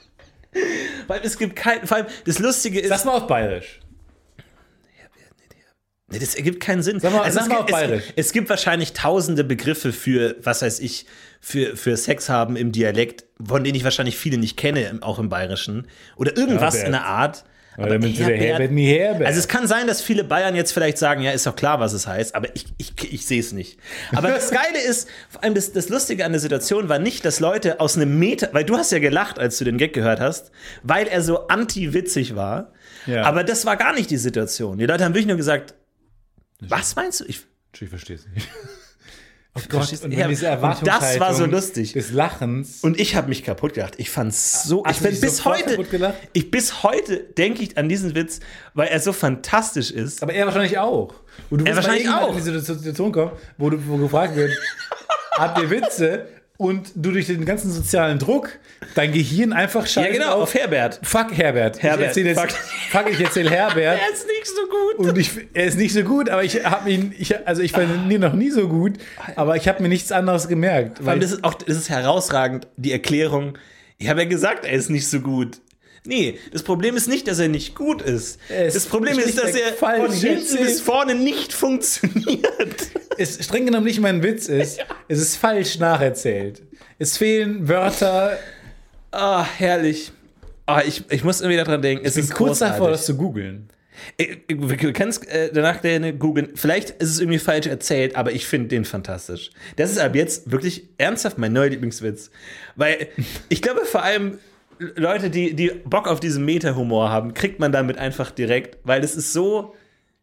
Weil es gibt kein. Vor allem, das Lustige ist. Lass mal auf Bayerisch. Nee, das ergibt keinen Sinn. Sag mal, also sag es, mal gibt, auf Bayerisch. es, es gibt wahrscheinlich tausende Begriffe für, was weiß ich, für, für Sex haben im Dialekt, von denen ich wahrscheinlich viele nicht kenne, auch im Bayerischen. Oder irgendwas Herbert. in der Art. Oder mit der Herbert, nie Herbert. Also es kann sein, dass viele Bayern jetzt vielleicht sagen, ja, ist doch klar, was es heißt, aber ich, ich, ich sehe es nicht. Aber das Geile ist, vor allem das, das Lustige an der Situation war nicht, dass Leute aus einem Meter, weil du hast ja gelacht, als du den Gag gehört hast, weil er so anti-witzig war. Ja. Aber das war gar nicht die Situation. Die Leute haben wirklich nur gesagt, was meinst du? Ich, ich verstehe es nicht. Oh Gott, Verstehst du? und Ja, diese und das war so Erwartungshaltung lustig. Des Lachens. Und ich habe mich kaputt gelacht. Ich fand's so. Hast ich du bin dich bis sofort heute. kaputt gelacht? Ich bis heute denke ich an diesen Witz, weil er so fantastisch ist. Aber er wahrscheinlich auch. Und du Er wirst wahrscheinlich mal irgendwann auch. in diese Situation kommen, wo, du, wo gefragt wird, habt ihr Witze? Und du durch den ganzen sozialen Druck dein Gehirn einfach Ja, schaltet genau, auf auf Herbert. Fuck Herbert. Herbert, Ich erzähl jetzt, fuck. fuck, ich erzähle Herbert. Er ist nicht so gut. Und ich, er ist nicht so gut, aber ich habe ihn, ich, also ich fand ihn noch nie so gut, aber ich habe mir nichts anderes gemerkt. Vor allem, das ist auch, das ist herausragend, die Erklärung. Ich habe ja gesagt, er ist nicht so gut. Nee, das Problem ist nicht, dass er nicht gut ist. Es Das Problem ist, dass schlichtweg er von falsch hinten erzählt. bis vorne nicht funktioniert. Es streng genommen nicht mein Witz ist, es ist falsch nacherzählt. Es fehlen Wörter. Ah, herrlich. Ah, ich, ich muss irgendwie daran denken. Es Ich ist bin kurz großartig. davor, das zu googeln. Äh, Du kannst äh, danach gerne googeln. Vielleicht ist es irgendwie falsch erzählt, aber ich finde den fantastisch. Das ist ab jetzt wirklich ernsthaft mein neuer Lieblingswitz. Weil ich glaube, vor allem Leute, die, die Bock auf diesen Meta-Humor haben, kriegt man damit einfach direkt, weil es ist so.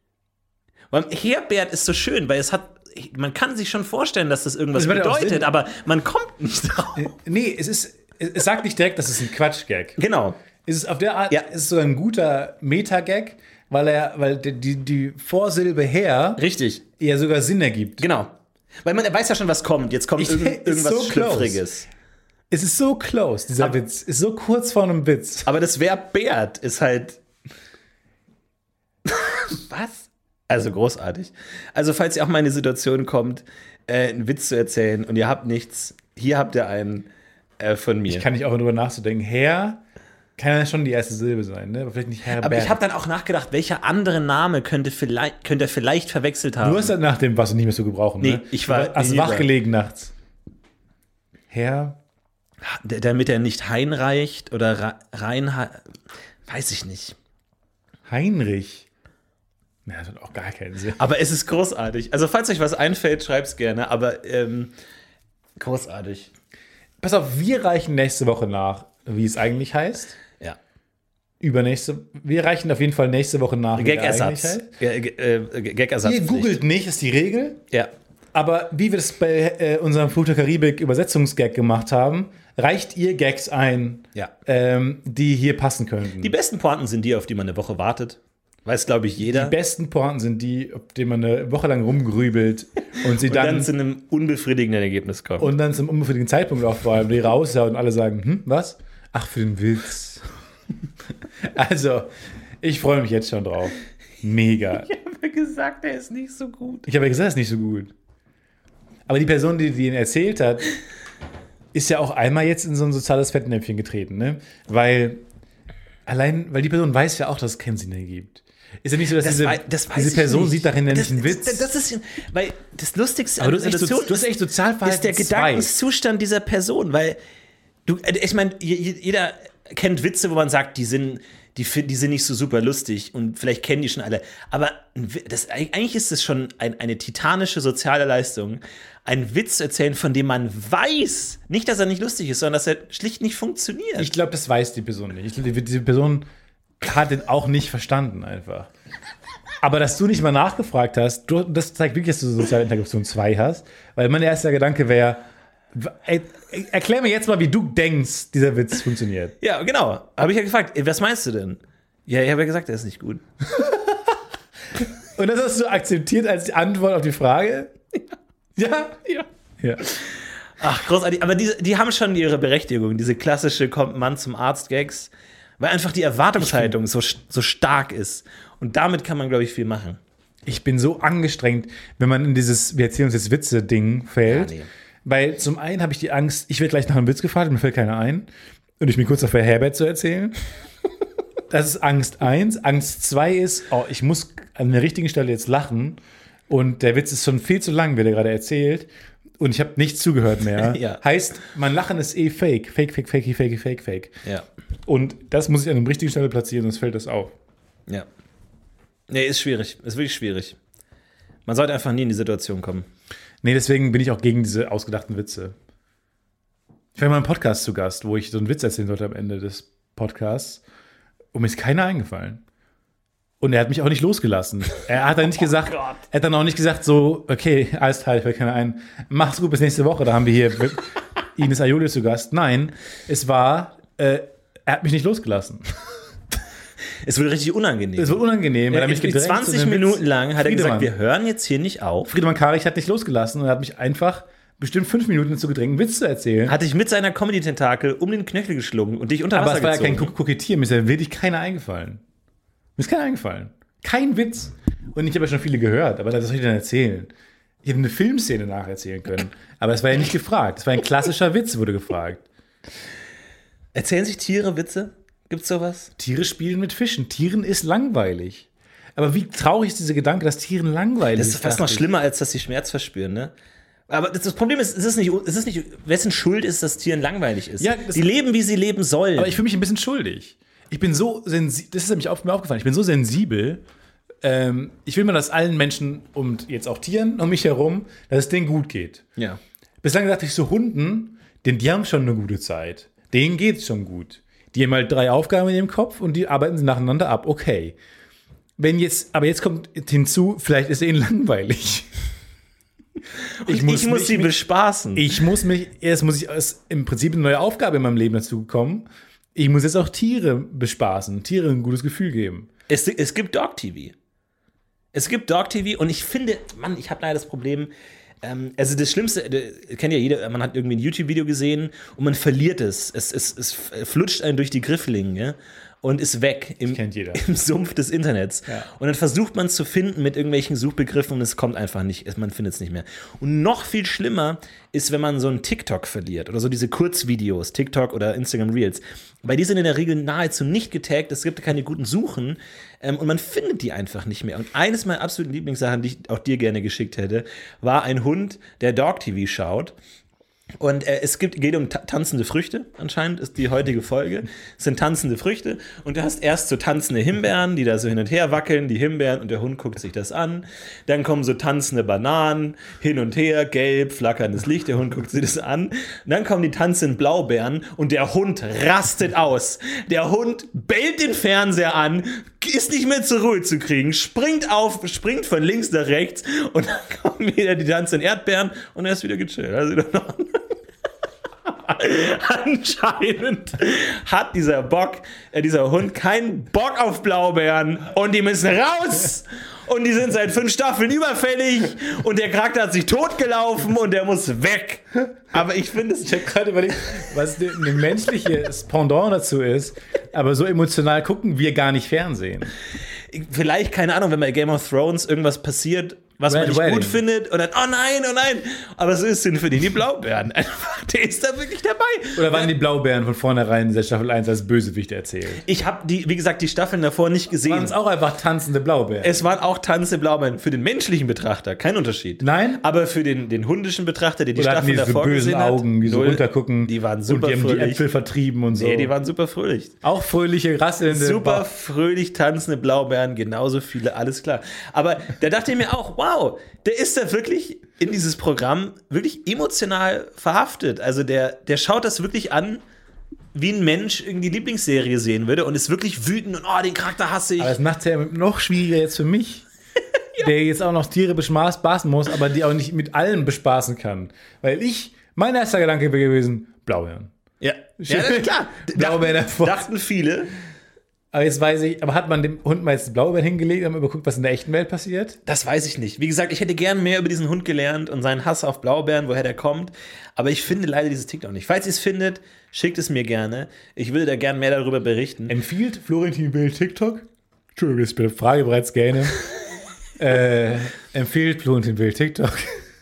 Herbert ist so schön, weil es hat. Man kann sich schon vorstellen, dass das irgendwas Das macht ja auch bedeutet, Sinn. aber man kommt nicht drauf. Nee, es ist, es es sagt nicht direkt, dass es ein Quatsch-Gag. Genau. Es ist auf der Art, Ja. es ist so ein guter Meta-Gag, weil er, weil die, die, die Vorsilbe her Richtig. ja sogar Sinn ergibt. Genau. Weil man weiß ja schon, was kommt. Jetzt kommt Ich- irgend, ist irgendwas so close. Schlüpfriges. Es ist so close, dieser Aber- Witz. Ist so kurz vor einem Witz. Aber das Verb Bert ist halt. Was? Also großartig. Also, falls ihr auch mal in die Situation kommt, äh, einen Witz zu erzählen und ihr habt nichts, hier habt ihr einen äh, von mir. Ich kann nicht auch darüber nachzudenken. Herr kann ja schon die erste Silbe sein, ne? Aber vielleicht nicht Herbert. Aber ich habe dann auch nachgedacht, welcher andere Name könnte, vielleicht, könnte er vielleicht verwechselt haben. Du hast dann nach dem was nicht mehr zu gebrauchen, Nee, ne? ich war Du hast hinüber. wach gelegen nachts. Herr. D- damit er nicht Heinreicht oder Ra- Reinhard. Weiß ich nicht. Heinrich. Na, das hat auch gar keinen Sinn. Aber es ist großartig. Also, falls euch was einfällt, schreibt's gerne. Aber ähm, großartig. Pass auf, wir reichen nächste Woche nach, wie es eigentlich heißt. Ja. Übernächste. Wir reichen auf jeden Fall nächste Woche nach, wie der eigentlich Gag-Ersatz. heißt. G- G- äh, Gag-Ersatz. Ihr googelt nicht, ist die Regel. Ja. Aber wie wir das bei äh, unserem Fluch der Karibik Übersetzungsgag gemacht haben, reicht ihr Gags ein, Ja. ähm, die hier passen könnten. Die besten Pointen sind die, auf die man eine Woche wartet. Weiß, glaube ich, jeder. Die besten Pointen sind die, auf denen man eine Woche lang rumgrübelt und sie und dann, dann zu einem unbefriedigenden Ergebnis kommt. und dann zum unbefriedigenden Zeitpunkt auch vor allem die raushauen und alle sagen, hm, was? Ach, für den Witz. Also, ich freue mich jetzt schon drauf. Mega. ich habe gesagt, er ist nicht so gut. Ich habe ja gesagt, es ist nicht so gut. Aber die Person, die, die ihn erzählt hat, ist ja auch einmal jetzt in so ein soziales Fettnäpfchen getreten, ne? Weil allein, weil die Person weiß ja auch, dass es keinen Sinn ergibt. Ist ja nicht so, dass diese, wei- das weiß diese ich Person nicht. sieht darin ja nicht das, einen Witz. Das, das ist, weil das Lustigste Aber du an hast der echt, so, Situation du hast echt Sozialverhalten ist der zwei. Gedankenzustand dieser Person, weil du, ich meine, jeder kennt Witze, wo man sagt, die sind, die, fin- die sind nicht so super lustig und vielleicht kennen die schon alle. Aber ein Wi- das, eigentlich ist es schon ein, eine titanische soziale Leistung, einen Witz zu erzählen, von dem man weiß, nicht, dass er nicht lustig ist, sondern dass er schlicht nicht funktioniert. Ich glaube, das weiß die Person nicht. Ich glaube, die- diese Person hat den auch nicht verstanden einfach. Aber dass du nicht mal nachgefragt hast, du, das zeigt wirklich, dass du soziale Interaktion zwei hast. Weil mein erster Gedanke wäre, ey, erklär mir jetzt mal, wie du denkst, dieser Witz funktioniert. Ja, genau. Habe ich ja gefragt, ey, was meinst du denn? Ja, ich habe ja gesagt, er ist nicht gut. Und das hast du akzeptiert als die Antwort auf die Frage? Ja? Ja. Ja. Ach, großartig. Aber die, die haben schon ihre Berechtigung, diese klassische kommt Mann zum Arzt-Gags, weil einfach die Erwartungshaltung so, so stark ist. Und damit kann man, glaube ich, viel machen. Ich bin so angestrengt, wenn man in dieses wir erzählen uns jetzt Witze-Ding fällt. Ja, nee. Weil zum einen habe ich die Angst, ich werde gleich nach einem Witz gefragt, mir fällt keiner ein. Und ich bin kurz davor, Herbert zu erzählen. Das ist Angst eins. Angst zwei ist, oh, ich muss an der richtigen Stelle jetzt lachen und der Witz ist schon viel zu lang, wie der gerade erzählt und ich habe nicht zugehört mehr. Ja. Heißt, mein Lachen ist eh fake. Fake, fake, fake, fake, fake, fake. Ja. Und das muss ich an der richtigen Stelle platzieren, sonst fällt das auf. Ja. Nee, ist schwierig. Ist wirklich schwierig. Man sollte einfach nie in die Situation kommen. Nee, deswegen bin ich auch gegen diese ausgedachten Witze. Ich war mal im Podcast zu Gast, wo ich so einen Witz erzählen sollte am Ende des Podcasts und mir ist keiner eingefallen. Und er hat mich auch nicht losgelassen. Er hat dann nicht gesagt, Gott. er hat dann auch nicht gesagt, so, okay, alles klar, ich fällt keiner ein. Mach's gut, bis nächste Woche, da haben wir hier Ines Aioli zu Gast. Nein, es war, äh, er hat mich nicht losgelassen. Es wurde richtig unangenehm. Es war unangenehm, weil er mich gedrängt zwanzig zu einem Minuten Witz. lang hat er Friedemann. gesagt, wir hören jetzt hier nicht auf. Friedemann Karich hat nicht losgelassen und hat mich einfach bestimmt fünf Minuten dazu gedrängt, einen Witz zu erzählen. Hat dich mit seiner Comedy-Tentakel um den Knöchel geschlungen und dich unter Aber Wasser es war ja gezogen. kein Kokettieren, mir ist ja wirklich keiner eingefallen. Mir ist keiner eingefallen. Kein Witz. Und ich habe ja schon viele gehört, aber das soll ich dann erzählen. Ich hätte eine Filmszene nacherzählen können, aber es war ja nicht gefragt. Es war ein klassischer Witz, wurde gefragt. Erzählen sich Tiere Witze? Gibt's sowas? Tiere spielen mit Fischen. Tieren ist langweilig. Aber wie traurig ist dieser Gedanke, dass Tieren langweilig Das ist. ist fast noch schlimmer, als dass sie Schmerz verspüren, ne? Aber das, das Problem ist, es ist nicht, es ist nicht, wessen Schuld ist, dass Tieren langweilig ist. Ja, das- die leben, wie sie leben sollen. Aber ich fühle mich ein bisschen schuldig. Ich bin so sensibel, das ist nämlich auf, mir aufgefallen, ich bin so sensibel, ähm, ich will mal, dass allen Menschen und jetzt auch Tieren um mich herum, dass es denen gut geht. ja. Bislang dachte ich so, Hunden, denn die haben schon eine gute Zeit. Denen geht's schon gut. Die haben halt drei Aufgaben in ihrem Kopf und die arbeiten sie nacheinander ab. Okay. Wenn jetzt, aber jetzt kommt hinzu, vielleicht ist es ihnen langweilig. Ich muss, ich muss mich- sie bespaßen. Ich muss mich, erst muss ich, ist im Prinzip eine neue Aufgabe in meinem Leben dazu gekommen. Ich muss jetzt auch Tiere bespaßen, Tiere ein gutes Gefühl geben. Es, es gibt Dog-T V. Es gibt Dog-T V und ich finde, Mann, ich habe leider das Problem, ähm, also das Schlimmste, äh, kennt ja jeder, man hat irgendwie ein YouTube-Video gesehen und man verliert es. Es, es, es flutscht einen durch die Grifflinge und ist weg im, kennt jeder. im Sumpf des Internets. Ja. Und dann versucht man es zu finden mit irgendwelchen Suchbegriffen und es kommt einfach nicht, man findet es nicht mehr. Und noch viel schlimmer ist, wenn man so einen TikTok verliert oder so diese Kurzvideos, TikTok oder Instagram Reels. Weil die sind in der Regel nahezu nicht getaggt, es gibt keine guten Suchen ähm, und man findet die einfach nicht mehr. Und eines meiner absoluten Lieblingssachen, die ich auch dir gerne geschickt hätte, war ein Hund, der Dog-T V schaut. Und äh, es gibt, geht um ta- tanzende Früchte, anscheinend ist die heutige Folge. Es sind tanzende Früchte und du hast erst so tanzende Himbeeren, die da so hin und her wackeln, die Himbeeren und der Hund guckt sich das an. Dann kommen so tanzende Bananen, hin und her, gelb, flackerndes Licht, der Hund guckt sich das an. Und dann kommen die tanzenden Blaubeeren und der Hund rastet aus. Der Hund bellt den Fernseher an, ist nicht mehr zur Ruhe zu kriegen, springt auf, springt von links nach rechts und dann kommen wieder die tanzenden Erdbeeren und er ist wieder gechillt. Also noch anscheinend hat dieser Bock, äh, dieser Hund keinen Bock auf Blaubeeren und die müssen raus und die sind seit fünf Staffeln überfällig und der Charakter hat sich totgelaufen und der muss weg. Aber ich finde es... Ich habe gerade überlegt, was ein menschliches Pendant dazu ist, aber so emotional gucken wir gar nicht Fernsehen. Vielleicht, keine Ahnung, wenn bei Game of Thrones irgendwas passiert, was Red man nicht Wedding. gut findet und dann, oh nein, oh nein. Aber so ist es für den die Blaubeeren. Einfach, der ist da wirklich dabei. Oder waren die Blaubeeren von vornherein in der Staffel eins als Bösewicht erzählt? Ich habe die, wie gesagt, die Staffeln davor nicht gesehen. Waren es auch einfach tanzende Blaubeeren? Es waren auch tanzende Blaubeeren für den menschlichen Betrachter, kein Unterschied. Nein? Aber für den, den hundischen Betrachter, der die Oder hatten Staffel die so davor bösen gesehen hat, Augen, die so null. runtergucken? Die waren super und die haben die fröhlich. Äpfel vertrieben und so. Nee, die waren super fröhlich. auch fröhliche, rasselnde. Super fröhlich tanzende Blaubeeren, genauso viele, alles klar. Aber da dachte ich mir auch, wow, der ist da wirklich in dieses Programm wirklich emotional verhaftet. Also der, der schaut das wirklich an, wie ein Mensch irgendwie die Lieblingsserie sehen würde und ist wirklich wütend und oh, den Charakter hasse ich. Aber das macht es ja noch schwieriger jetzt für mich, der jetzt auch noch Tiere bespaßen muss, aber die auch nicht mit allem bespaßen kann. Weil ich, mein erster Gedanke wäre gewesen, Blaubeeren. Ja, ja klar. Blaubeeren Dachten, davor. dachten viele. Aber jetzt weiß ich, aber hat man dem Hund mal jetzt Blaubeeren hingelegt und mal überguckt, was in der echten Welt passiert? Das weiß ich nicht. Wie gesagt, ich hätte gern mehr über diesen Hund gelernt und seinen Hass auf Blaubeeren, woher der kommt. Aber ich finde leider dieses TikTok nicht. Falls ihr es findet, schickt es mir gerne. Ich würde da gern mehr darüber berichten. Empfiehlt Florentin Will TikTok? Entschuldigung, ich bin Frage bereits gerne. äh, empfiehlt Florentin Will TikTok?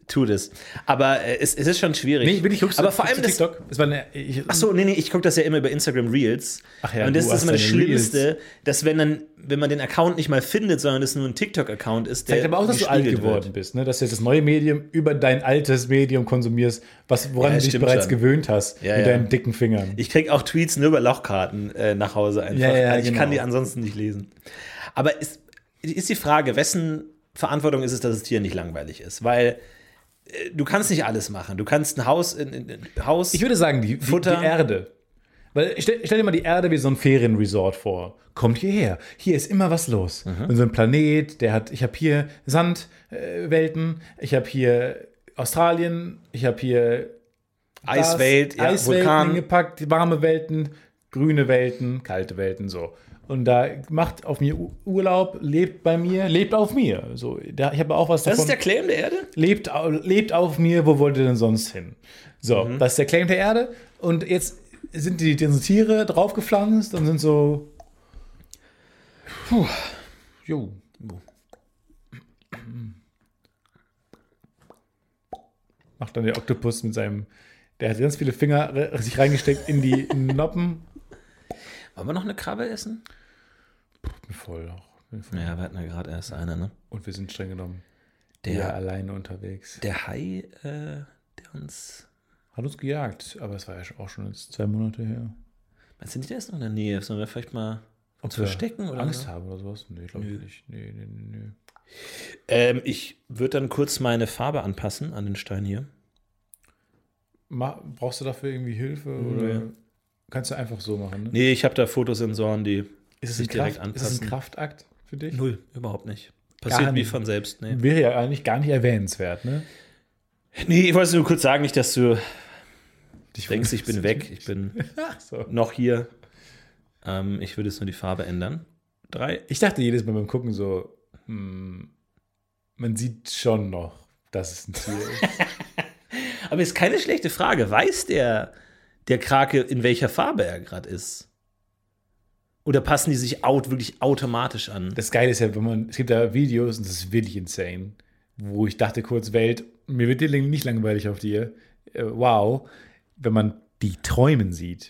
Tu das. Aber äh, es, es ist schon schwierig. Nee, wirklich, guckst aber du vor allem das, TikTok? Das war eine, ich, ach so, nee, nee, ich gucke das ja immer über Instagram Reels. Ach ja, und das du ist hast immer das deine Schlimmste, Reels. dass wenn dann, wenn man den Account nicht mal findet, sondern es nur ein TikTok-Account ist, der zeigt aber auch, dass du alt gespiegelt geworden wird. bist, ne? Dass du jetzt das neue Medium über dein altes Medium konsumierst, was, woran Ja, du dich stimmt bereits schon. gewöhnt hast, Ja, mit ja. deinen dicken Fingern. Ich krieg auch Tweets nur über Lochkarten äh, nach Hause einfach. Ja, ja, also ich genau. kann die ansonsten nicht lesen. Aber ist, ist die Frage, wessen Verantwortung ist es, dass es Tieren nicht langweilig ist? Weil äh, du kannst nicht alles machen. Du kannst ein Haus, in, in, in, Haus Ich würde sagen, die, die, die Futter. Erde. Weil stell, stell dir mal die Erde wie so ein Ferienresort vor. Kommt hierher. Hier ist immer was los. Mhm. Und so ein Planet, der hat, ich habe hier Sandwelten, äh, ich habe hier Australien, ich habe hier Eiswelt, das, ja, Eiswelten Vulkan. hingepackt, warme Welten, grüne Welten, kalte Welten, so. Und da macht auf mir U- Urlaub, lebt bei mir, lebt auf mir. So, da, ich habe auch was Das davon. ist der Claim der Erde? lebt, au- lebt auf mir, wo wollt ihr denn sonst hin? So, Mhm. das ist der Claim der Erde. Und jetzt sind die, die Tiere draufgepflanzt und sind so. Puh. Jo. Macht dann der Oktopus mit seinem. Der hat ganz viele Finger re- sich reingesteckt in die Noppen. Wollen wir noch eine Krabbe essen? Bin voll auch. Bin voll. Ja, wir hatten ja gerade erst eine, ne? Und wir sind streng genommen Der- ja alleine unterwegs. Der Hai, äh, der uns. Hat uns gejagt, aber es war ja auch schon jetzt zwei Monate her. Meinst du nicht, der ist noch in der Nähe? Sollen wir vielleicht mal uns Ob wir verstecken oder Angst so? haben oder sowas? Nee, glaube Nö. ich nicht. Nee, nee, nee, nee. Ähm, ich würde dann kurz meine Farbe anpassen an den Stein hier. Ma brauchst du dafür irgendwie Hilfe? Nee. Oder kannst du einfach so machen? Ne? Nee, ich habe da Fotosensoren, die Ist es sich ein direkt Kraft, ist anpassen. es ein Kraftakt für dich? Null, überhaupt nicht. Passiert wie nicht. von selbst. Nee. Wäre ja eigentlich gar nicht erwähnenswert, ne? nee, ich wollte nur kurz sagen, nicht, dass du Dich denkst, ich bin weg. Ich bin Ach so. noch hier. Ähm, ich würde jetzt nur die Farbe ändern. Drei. Ich dachte jedes Mal beim Gucken so, hm, man sieht schon noch, dass es ein Tier ist. Aber ist keine schlechte Frage. Weiß der, der Krake, in welcher Farbe er gerade ist? Oder passen die sich out, wirklich automatisch an? Das Geile ist ja, wenn man, es gibt ja Videos und das ist wirklich insane, wo ich dachte kurz, Welt, mir wird dir nicht langweilig auf dir. Äh, wow, wenn man die träumen sieht.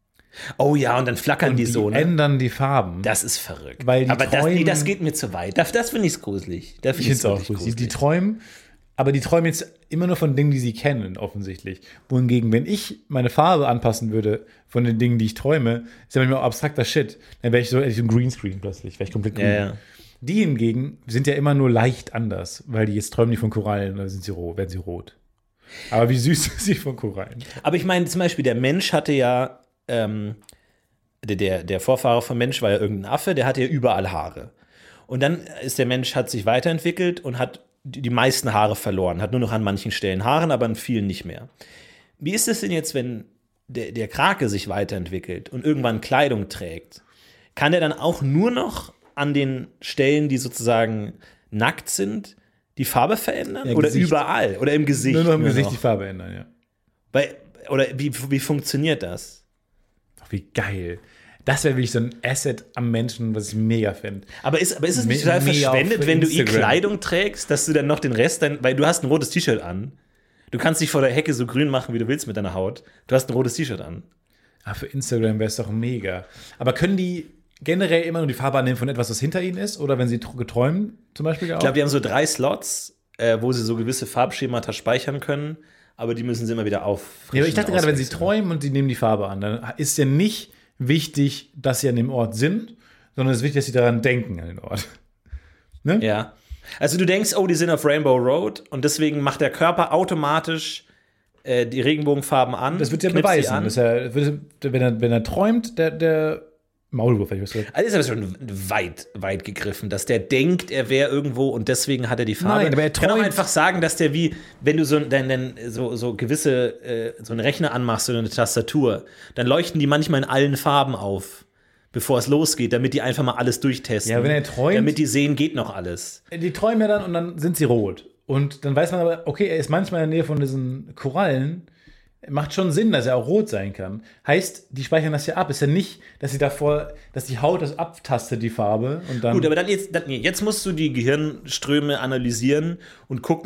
Oh ja, und dann flackern Und die, die so, ne? ändern die Farben. Das ist verrückt. Weil die aber das, nee, träumen- das geht mir zu weit. Das, das finde ich gruselig. Das Ich find finde es auch wirklich gut. Die, die träumen, aber die träumen jetzt immer nur von Dingen, die sie kennen, offensichtlich. Wohingegen, wenn ich meine Farbe anpassen würde von den Dingen, die ich träume, ist ja manchmal auch abstrakter Shit. Dann wäre ich so, hätte ich so ein Greenscreen plötzlich, wäre ich komplett grün. Ja, ja. Die hingegen sind ja immer nur leicht anders, weil die jetzt träumen die von Korallen, dann sind sie rot, werden sie rot. Aber wie süß sind sie von Korallen? Aber ich meine, zum Beispiel, der Mensch hatte ja, ähm, der, der, der Vorfahre vom Mensch war ja irgendein Affe, der hatte ja überall Haare. Und dann ist der Mensch, hat sich weiterentwickelt und hat die, die meisten Haare verloren, hat nur noch an manchen Stellen Haaren, aber an vielen nicht mehr. Wie ist es denn jetzt, wenn der, der Krake sich weiterentwickelt und irgendwann Kleidung trägt? Kann der dann auch nur noch an den Stellen, die sozusagen nackt sind, die Farbe verändern? Ja, oder Gesicht. überall? Oder im Gesicht? Nur noch im nur Gesicht noch? die Farbe ändern, ja. Weil, oder wie, wie funktioniert das? Ach, wie geil. Das wäre wirklich so ein Asset am Menschen, was ich mega finde. Aber ist, aber ist es nicht Me- total mega verschwendet, auf wenn du eh Instagram. Kleidung trägst, dass du dann noch den Rest, dann, weil du hast ein rotes T-Shirt an. Du kannst dich vor der Hecke so grün machen, wie du willst mit deiner Haut. Du hast ein rotes T-Shirt an. Ah, für Instagram wäre es doch mega. Aber können die generell immer nur die Farbe annehmen von etwas, was hinter ihnen ist? Oder wenn sie tr- geträumen zum Beispiel auch? Ich glaube, die haben so drei Slots, äh, wo sie so gewisse Farbschemata speichern können, aber die müssen sie immer wieder auffrischen. Ja, aber ich dachte gerade, wenn sie auswechseln. träumen und sie nehmen die Farbe an, dann ist ja nicht wichtig, dass sie an dem Ort sind, sondern es ist wichtig, dass sie daran denken, an den Ort. Ne? Ja. Also du denkst, oh, die sind auf Rainbow Road und deswegen macht der Körper automatisch äh, die Regenbogenfarben an. Das wird ja knipst sie beweisen. an. Das ist ja, wird- wenn, er, wenn er träumt, der, der Maulwurf, hätte ich was gesagt. Also ist aber schon weit, weit gegriffen, dass der denkt, er wäre irgendwo und deswegen hat er die Farbe. Nein, aber er Ich kann auch träumt- einfach sagen, dass der wie, wenn du so, dein, dein, so, so gewisse, äh, so einen Rechner anmachst oder eine Tastatur, dann leuchten die manchmal in allen Farben auf, bevor es losgeht, damit die einfach mal alles durchtesten. Ja, wenn er träumt- Damit die sehen, geht noch alles. Die träumen ja dann und dann sind sie rot. Und dann weiß man aber, okay, er ist manchmal in der Nähe von diesen Korallen. Macht schon Sinn, dass er auch rot sein kann. Heißt, die speichern das ja ab. Ist ja nicht, dass sie davor, dass die Haut das abtastet, die Farbe. Und dann Gut, aber dann jetzt, dann, jetzt musst du die Gehirnströme analysieren und gucken,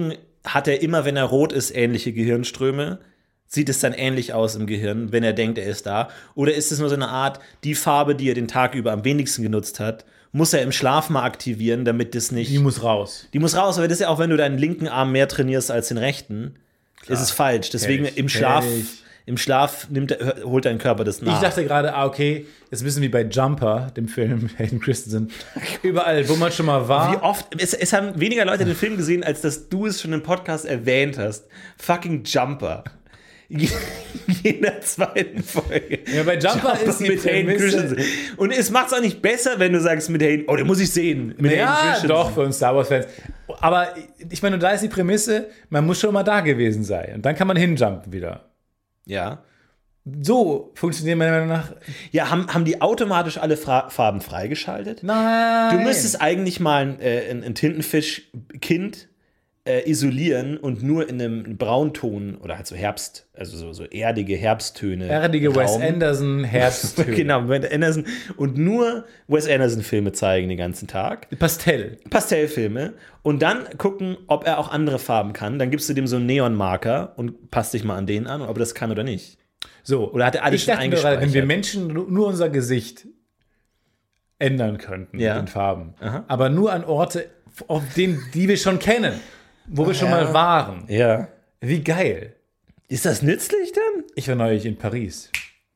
hat er immer, wenn er rot ist, ähnliche Gehirnströme? Sieht es dann ähnlich aus im Gehirn, wenn er denkt, er ist da? Oder ist es nur so eine Art, die Farbe, die er den Tag über am wenigsten genutzt hat, muss er im Schlaf mal aktivieren, damit das nicht... Die muss raus. Die muss raus, aber das ist ja auch, wenn du deinen linken Arm mehr trainierst als den rechten, Klar. ist es falsch. Deswegen Herrlich. im Schlaf... Herrlich. Im Schlaf nimmt er, holt dein Körper das nach. Ich dachte gerade, ah, okay, jetzt ein bisschen wie bei Jumper, dem Film mit Hayden Christensen. Überall, wo man schon mal war. Wie oft, es, es haben weniger Leute den Film gesehen, als dass du es schon im Podcast erwähnt hast. Fucking Jumper. In der zweiten Folge. Ja, bei Jumper, Jumper ist die mit Hayden Christensen. Und es macht es auch nicht besser, wenn du sagst mit Hayden, oh, den muss ich sehen. Mit ja, Hayden Christensen. Doch, für uns Star Wars-Fans. Aber ich meine, da ist die Prämisse, man muss schon mal da gewesen sein. Und dann kann man hinjumpen wieder. Ja. So funktioniert meiner Meinung nach. Ja, haben, haben die automatisch alle Fra- Farben freigeschaltet? Nein. Du müsstest eigentlich mal ein, äh, ein, ein Tintenfischkind äh, isolieren und nur in einem Braunton oder halt so Herbst, also so, so erdige Herbsttöne. Erdige Wes Anderson Herbsttöne. Genau, Wes Anderson. Und nur Wes Anderson-Filme zeigen den ganzen Tag. Pastell. Pastellfilme. Und dann gucken, ob er auch andere Farben kann. Dann gibst du dem so einen Neonmarker und passt dich mal an den an, ob er das kann oder nicht. So, oder hat er alles ich schon dachte eingespeichert? Gerade, wenn wir Menschen nur unser Gesicht ändern könnten ja. mit den Farben, Aha. aber nur an Orte, auf denen, die wir schon kennen, wo wir oh, schon ja. mal waren. Ja. Wie geil. Ist das nützlich dann? Ich war neulich in Paris.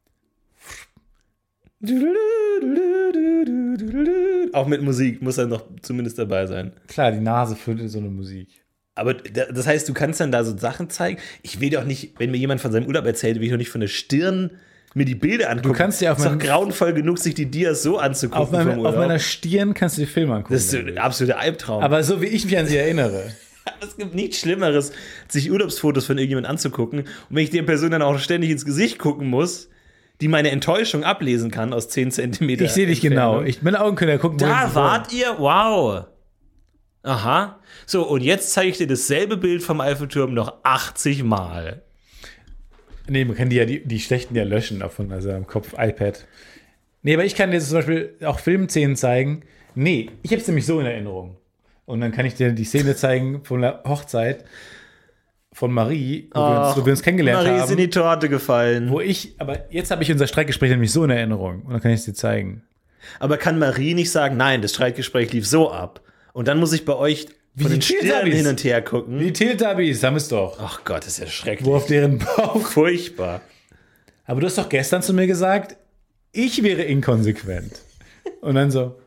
Auch mit Musik muss er noch zumindest dabei sein. Klar, die Nase füllt so eine Musik. Aber das heißt, du kannst dann da so Sachen zeigen. Ich will doch nicht, wenn mir jemand von seinem Urlaub erzählt, will ich doch nicht von der Stirn mir die Bilder angucken. Du kannst ja auf ist doch meinem, grauenvoll genug, sich die Dias so anzugucken. Auf, meinem, auf meiner Stirn kannst du die Filme angucken. Das ist ein absoluter Albtraum. Aber so wie ich mich an sie erinnere. Es gibt nichts Schlimmeres, sich Urlaubsfotos von irgendjemandem anzugucken. Und wenn ich der Person dann auch ständig ins Gesicht gucken muss, die meine Enttäuschung ablesen kann aus zehn Zentimeter. Ich sehe dich genau. Ich, meine Augen können ja gucken. Da wart ihr? Wow. Aha. So, und jetzt zeige ich dir dasselbe Bild vom Eiffelturm noch achtzig Mal. Nee, man kann die ja, die, die schlechten ja löschen davon, also am Kopf, iPad. Nee, aber ich kann dir zum Beispiel auch Filmszenen zeigen. Nee, ich habe es nämlich so in Erinnerung. Und dann kann ich dir die Szene zeigen von der Hochzeit von Marie, wo, oh, wir, uns, wo wir uns kennengelernt Marie haben. Marie ist in die Torte gefallen. Wo ich, aber jetzt habe ich unser Streitgespräch nämlich so in Erinnerung. Und dann kann ich es dir zeigen. Aber kann Marie nicht sagen, nein, das Streitgespräch lief so ab. Und dann muss ich bei euch Wie von die den Stirnen hin und her gucken. Wie die Teletubbies, haben wir es doch. Ach Gott, das ist ja schrecklich. Wo auf deren Bauch. Furchtbar. Aber du hast doch gestern zu mir gesagt, ich wäre inkonsequent. Und dann so.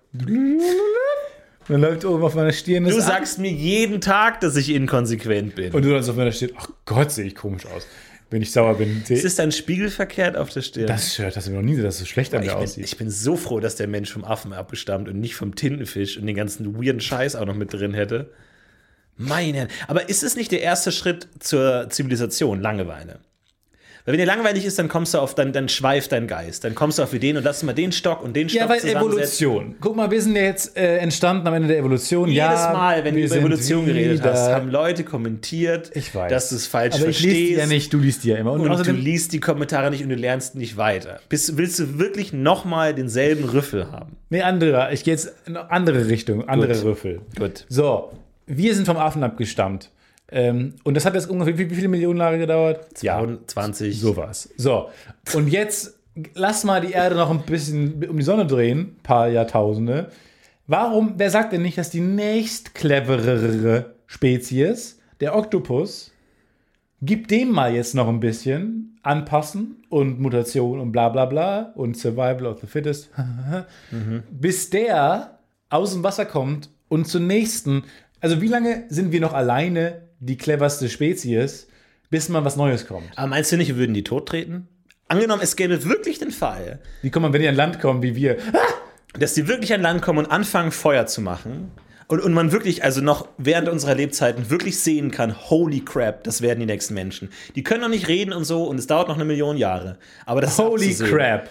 Und dann läuft oben auf meiner Stirn das Du an. sagst mir jeden Tag, dass ich inkonsequent bin. Und du dann so auf meiner Stirn, ach Gott, sehe ich komisch aus. Wenn ich sauer bin. Ist es dann spiegelverkehrt auf der Stirn? Das Shirt hast du mir noch nie gesehen, dass es so schlecht an mir ich bin, aussieht. Ich bin so froh, dass der Mensch vom Affen abgestammt und nicht vom Tintenfisch und den ganzen weirden Scheiß auch noch mit drin hätte. Meine Herren. Aber ist es nicht der erste Schritt zur Zivilisation, Langeweile? Weil wenn dir langweilig ist, dann kommst du auf, dann, dann schweift dein Geist. Dann kommst du auf Ideen und lass mal den Stock und den Stock Ja, weil zusammensetzen. Evolution. Guck mal, wir sind ja jetzt äh, entstanden am Ende der Evolution. Jedes ja, Mal, wenn du über Evolution geredet hast, haben Leute kommentiert, ich weiß. dass du es falsch Aber verstehst. Ich lese die ja nicht, du liest die ja immer. Und, und du liest die Kommentare nicht und du lernst nicht weiter. Bist, willst du wirklich nochmal denselben Rüffel haben? Nee, andere. Ich gehe jetzt in eine andere Richtung, andere Gut. Rüffel. Gut. So, wir sind vom Affen abgestammt. Ähm, und das hat jetzt ungefähr wie viele Millionen Jahre gedauert? zwanzig. Sowas. So, und jetzt lass mal die Erde noch ein bisschen um die Sonne drehen, ein paar Jahrtausende. Warum, wer sagt denn nicht, dass die nächst cleverere Spezies, der Oktopus, gibt dem mal jetzt noch ein bisschen anpassen und Mutation und bla bla bla und Survival of the Fittest, mhm. bis der aus dem Wasser kommt und zur nächsten, also wie lange sind wir noch alleine die cleverste Spezies, bis mal was Neues kommt? Aber meinst du nicht, wir würden die tot treten? Angenommen, es gäbe wirklich den Fall, Wie kommt man, wenn die an Land kommen, wie wir? dass die wirklich an Land kommen und anfangen, Feuer zu machen und, und man wirklich, also noch während unserer Lebzeiten wirklich sehen kann, holy crap, das werden die nächsten Menschen. Die können noch nicht reden und so und es dauert noch eine Million Jahre. Aber das ist Holy abzusehen. crap.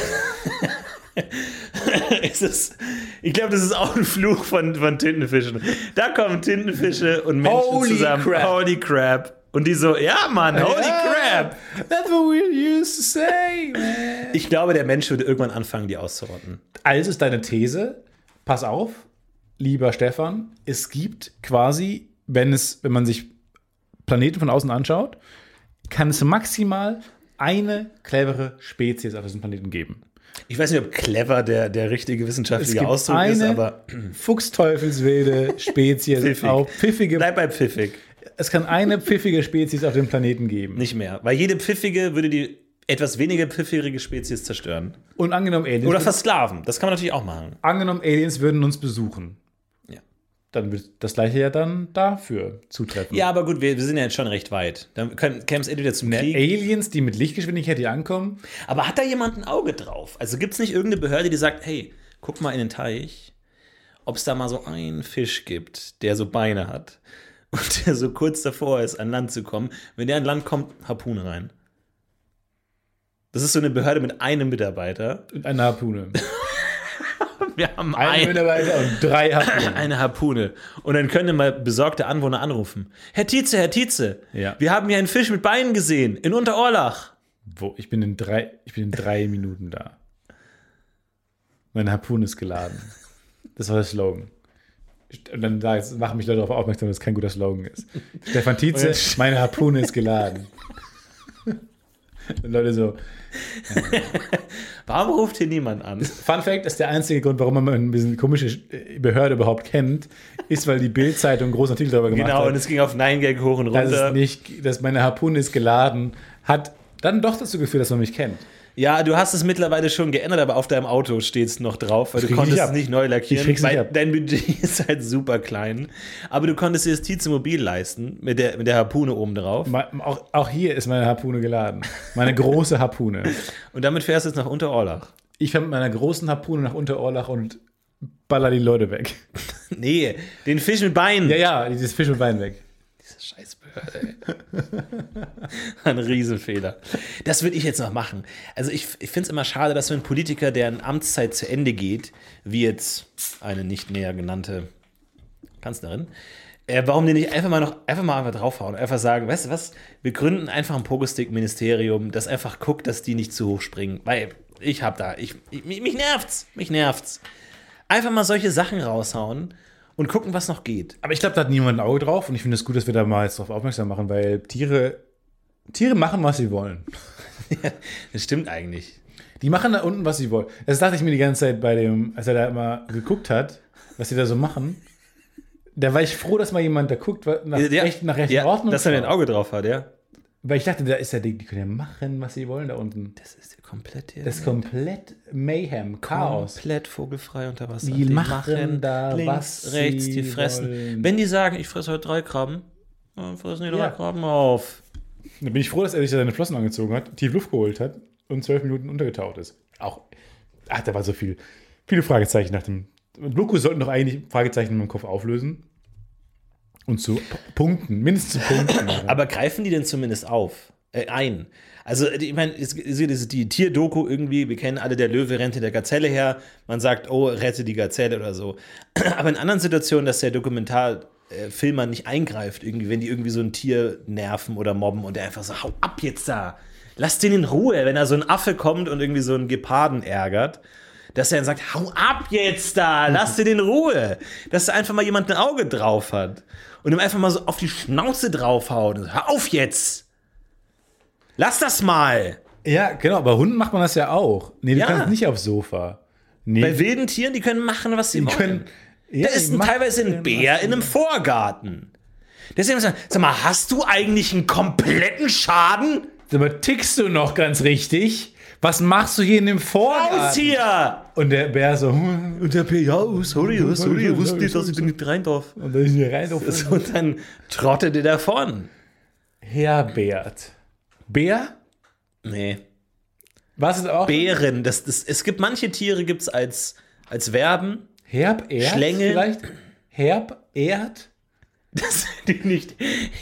Es ist, ich glaube, das ist auch ein Fluch von, von Tintenfischen. Da kommen Tintenfische und Menschen Holy zusammen. crap. Holy crap. Und die so, ja, Mann, holy Yeah, crap. That's what we used to say, man. Ich glaube, der Mensch würde irgendwann anfangen, die auszurotten. Also ist deine These, pass auf, lieber Stefan, es gibt quasi, wenn es, wenn man sich Planeten von außen anschaut, kann es maximal eine clevere Spezies auf diesem Planeten geben. Ich weiß nicht, ob clever der, der richtige wissenschaftliche Es gibt Ausdruck eine ist, aber fuchsteufelswilde Spezies Pfiffig. auf pfiffige. bleib bei pfiffig. Es kann eine pfiffige Spezies auf dem Planeten geben. Nicht mehr. Weil jede pfiffige würde die etwas weniger pfiffige Spezies zerstören. Und angenommen Aliens. Oder versklaven. Das kann man natürlich auch machen. Angenommen Aliens würden uns besuchen. Ja. Dann wird das gleiche ja dann dafür zutreffen. Ja, aber gut, wir, wir sind ja jetzt schon recht weit. Dann käme es entweder zum Ne, Krieg. Aliens, die mit Lichtgeschwindigkeit hier ankommen. Aber hat da jemand ein Auge drauf? Also gibt es nicht irgendeine Behörde, die sagt, hey, guck mal in den Teich, ob es da mal so einen Fisch gibt, der so Beine hat und der so kurz davor ist, an Land zu kommen. Wenn der an Land kommt, Harpune rein. Das ist so eine Behörde mit einem Mitarbeiter. Und eine Harpune. Wir haben Ein ein, Mitarbeiter und drei Harpunen. eine Harpune. Und dann können mal besorgte Anwohner anrufen. Herr Tietze, Herr Tietze, Ja. wir haben hier einen Fisch mit Beinen gesehen, in Unterorlach. Wo? Ich bin in drei, ich bin in drei Minuten da. Meine Harpune ist geladen. Das war der Slogan. Und dann machen mich Leute darauf aufmerksam, dass es kein guter Slogan ist. Stefan Tietze, meine Harpune ist geladen. Und Leute so. Warum ruft hier niemand an? Fun Fact ist der einzige Grund, warum man diese komische Behörde überhaupt kennt, ist, weil die Bild-Zeitung einen großen Artikel darüber gemacht Genau, hat. und es ging auf neun Gag hoch und dass runter. es nicht, dass meine Harpune ist geladen, hat dann doch dazu geführt, dass man mich kennt. Ja, du hast es mittlerweile schon geändert, aber auf deinem Auto steht es noch drauf, weil du krieg ich konntest nicht es ab. nicht neu Ich lackieren, krieg's nicht weil ab. dein Budget ist halt super klein. Aber du konntest dir das Tietze Mobil leisten, mit der, mit der Harpune oben drauf. Ma- Auch, auch hier ist meine Harpune geladen. Meine große Harpune. Und damit fährst du jetzt nach Unterorlach. Ich fahre mit meiner großen Harpune nach Unterorlach und baller die Leute weg. Nee, den Fisch mit Beinen. Ja, ja, dieses Fisch und Bein weg. Diese Scheißbehörde, ey. Ein Riesenfehler. Das würde ich jetzt noch machen. Also ich, ich finde es immer schade, dass wenn ein Politiker, deren Amtszeit zu Ende geht, wie jetzt eine nicht näher genannte Kanzlerin, äh, warum die nicht einfach mal noch einfach mal einfach draufhauen, einfach sagen, weißt du was, wir gründen einfach ein Pogo-Stick-Ministerium, das einfach guckt, dass die nicht zu hoch springen, weil ich hab da, ich, ich, mich nervt's, mich nervt's. Einfach mal solche Sachen raushauen und gucken, was noch geht. Aber ich glaube, da hat niemand ein Auge drauf und ich finde es gut, dass wir da mal jetzt drauf aufmerksam machen, weil Tiere, Tiere machen, was sie wollen. Das stimmt eigentlich. Die machen da unten, was sie wollen. Das dachte ich mir die ganze Zeit bei dem, als er da immer geguckt hat, was sie da so machen. Da war ich froh, dass mal jemand da guckt, nach, Ja, recht, nach rechter ja, Ordnung. dass er ein schaut. Auge drauf hat, ja. Weil ich dachte, da ist ja, die, die können ja machen, was sie wollen da unten. Das ist ja komplett hier. Das ist komplett Mayhem, Chaos. Komplett vogelfrei unter Wasser. Die machen da, links, was rechts, sie die fressen. wollen. Wenn die sagen, ich fresse heute drei Krabben, dann fressen die drei Ja. Krabben auf. Da bin ich froh, dass er sich da seine Flossen angezogen hat, tief Luft geholt hat und zwölf Minuten untergetaucht ist. Auch, ach, da war so viel, viele Fragezeichen nach dem. Doku sollten doch eigentlich Fragezeichen in meinem Kopf auflösen. Und zu P- Punkten, mindestens zu Punkten. Aber greifen die denn zumindest auf? Äh, ein? Also, ich meine, es ist die Tierdoku irgendwie, wir kennen alle, der Löwe rennt hinter der Gazelle her, man sagt, oh, rette die Gazelle oder so. Aber in anderen Situationen, dass der Dokumentarfilmer nicht eingreift, irgendwie, wenn die irgendwie so ein Tier nerven oder mobben und der einfach so, hau ab jetzt da, lass den in Ruhe, wenn da so ein Affe kommt und irgendwie so einen Geparden ärgert, dass er dann sagt, hau ab jetzt da, lass den in Ruhe, dass da einfach mal jemand ein Auge drauf hat und ihm einfach mal so auf die Schnauze draufhaut und sagt, hör auf jetzt! Lass das mal! Ja, genau, bei Hunden macht man das ja auch. Nee, du Ja. kannst nicht aufs Sofa. Nee, Bei wilden Tieren, die können machen, was sie die wollen. können. Ja, da ist die ein, machen- teilweise ein Bär in einem Vorgarten. Deswegen sagen, sag mal, hast du eigentlich einen kompletten Schaden? Aber tickst du noch ganz richtig? Was machst du hier in dem Vorgarten? Raus hier! Und der Bär so. Und der Bär, ja, oh, sorry, oh, sorry, ich wusste nicht, dass ich da nicht rein darf. Und dann ist hier rein auf Und dann trottet er davon. Herbert. Bär? Nee. Was ist auch? Bären, das, das, es gibt manche Tiere gibt's als, als Verben. Herbert? Schlängel. Vielleicht? Herbert? Das sind die nicht